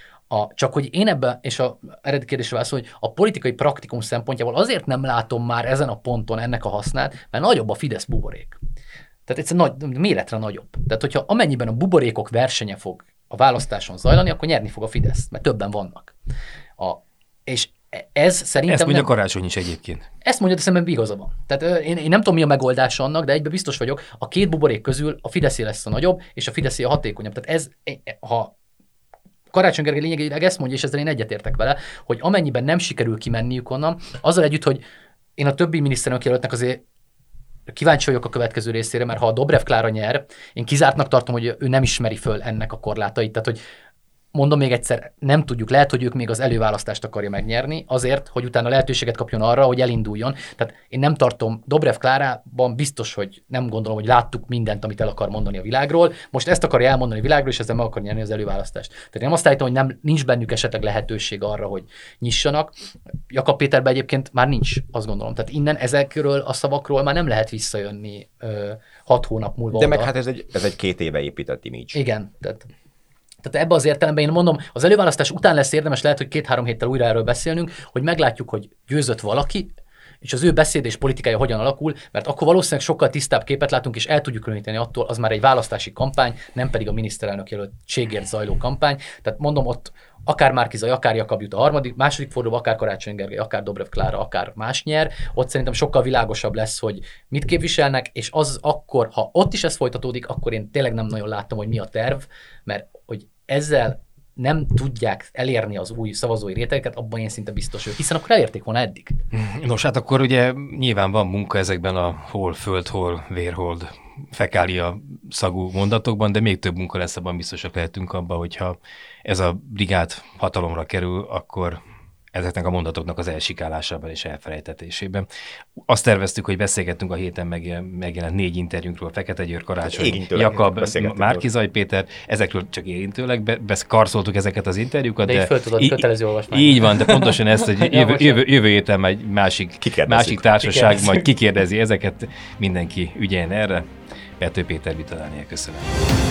A, csak hogy én ebben, és a eredeti kérdésre válaszol, hogy a politikai praktikum szempontjából azért nem látom már ezen a ponton ennek a hasznát, mert nagyobb a Fidesz buborék. Tehát egyszerűen nagy, méretre nagyobb. Tehát hogyha amennyiben a buborékok versenye fog a választáson zajlani, akkor nyerni fog a Fidesz, mert többen vannak. A, és ez szerintem... Ezt mondja nem, Karácsony is egyébként. Ezt mondja, de szemben igaza van. Tehát én, én nem tudom, mi a megoldás annak, de egyben biztos vagyok, a két buborék közül a Fideszé lesz a nagyobb, és a Fideszé a hatékonyabb. Tehát ez, ha Karácsony Gergely lényegében ezt mondja, és ezzel én egyetértek vele, hogy amennyiben nem sikerül kimenniük onnan, azzal együtt, hogy én a többi miniszterelnök jelöltnek azért kíváncsi vagyok a következő részére, mert ha a Dobrev Klára nyer, én kizártnak tartom, hogy ő nem ismeri föl ennek a korlátait. Tehát, hogy mondom még egyszer, nem tudjuk, lehet, hogy ők még az előválasztást akarja megnyerni, azért, hogy utána lehetőséget kapjon arra, hogy elinduljon. Tehát én nem tartom, Dobrev Klárában biztos, hogy nem gondolom, hogy láttuk mindent, amit el akar mondani a világról. Most ezt akarja elmondani a világról, és ezzel meg akar nyerni az előválasztást. Tehát én nem azt állítom, hogy nem, nincs bennük esetleg lehetőség arra, hogy nyissanak. Jakab Péterben egyébként már nincs, azt gondolom. Tehát innen ezekről a szavakról már nem lehet visszajönni ö, hat hónap múlva. De oda. meg hát ez egy, ez egy két éve épített image. Igen, tehát Tehát ebbe az értelemben én mondom, az előválasztás után lesz érdemes, lehet, hogy két-három héttel újra erről beszélnünk, hogy meglátjuk, hogy győzött valaki, és az ő beszéd és politikája hogyan alakul, mert akkor valószínűleg sokkal tisztább képet látunk, és el tudjuk különíteni attól, az már egy választási kampány, nem pedig a miniszterelnök jelöltségért zajló kampány. Tehát mondom, ott akár Márki-Zay, akár Jakab jut a harmadik, második fordulóban, akár Karácsony Gergely, akár Dobrev Klára, akár más nyer, ott szerintem sokkal világosabb lesz, hogy mit képviselnek, és az akkor, ha ott is ez folytatódik, akkor én tényleg nem nagyon látom, hogy mi a terv, mert hogy ezzel nem tudják elérni az új szavazói rétegeket, abban én szinte biztos vagyok, hiszen akkor elérték volna eddig. Nos, hát akkor ugye nyilván van munka ezekben a hol föld, hol vérhold fekália szagú mondatokban, de még több munka lesz, abban biztosak lehetünk abban, hogyha ez a brigád hatalomra kerül, akkor ezeknek a mondatoknak az elsikálásában és elfelejtetésében. Azt terveztük, hogy beszélgettünk a héten megjelent négy interjúnkról, Fekete Győr, Karácsony, Jakab, Márki-Zay Péter, ezekről csak érintőleg, be, karszoltuk ezeket az interjúkat. De, de így föl tudod, í- kötelező olvasmány. Így van, de pontosan ezt, hogy jövő, jövő, jövő héten egy másik, másik társaság Kikérdezi. majd kikérdezi ezeket, mindenki ügyeljen erre. Pető Péter, Vita Dániel, köszönöm.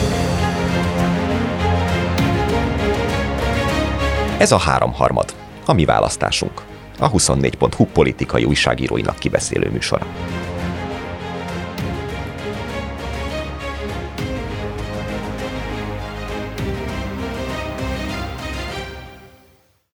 Ez a háromharmad, a mi választásunk, a huszonnégy pont hu politikai újságíróinak kibeszélő műsora.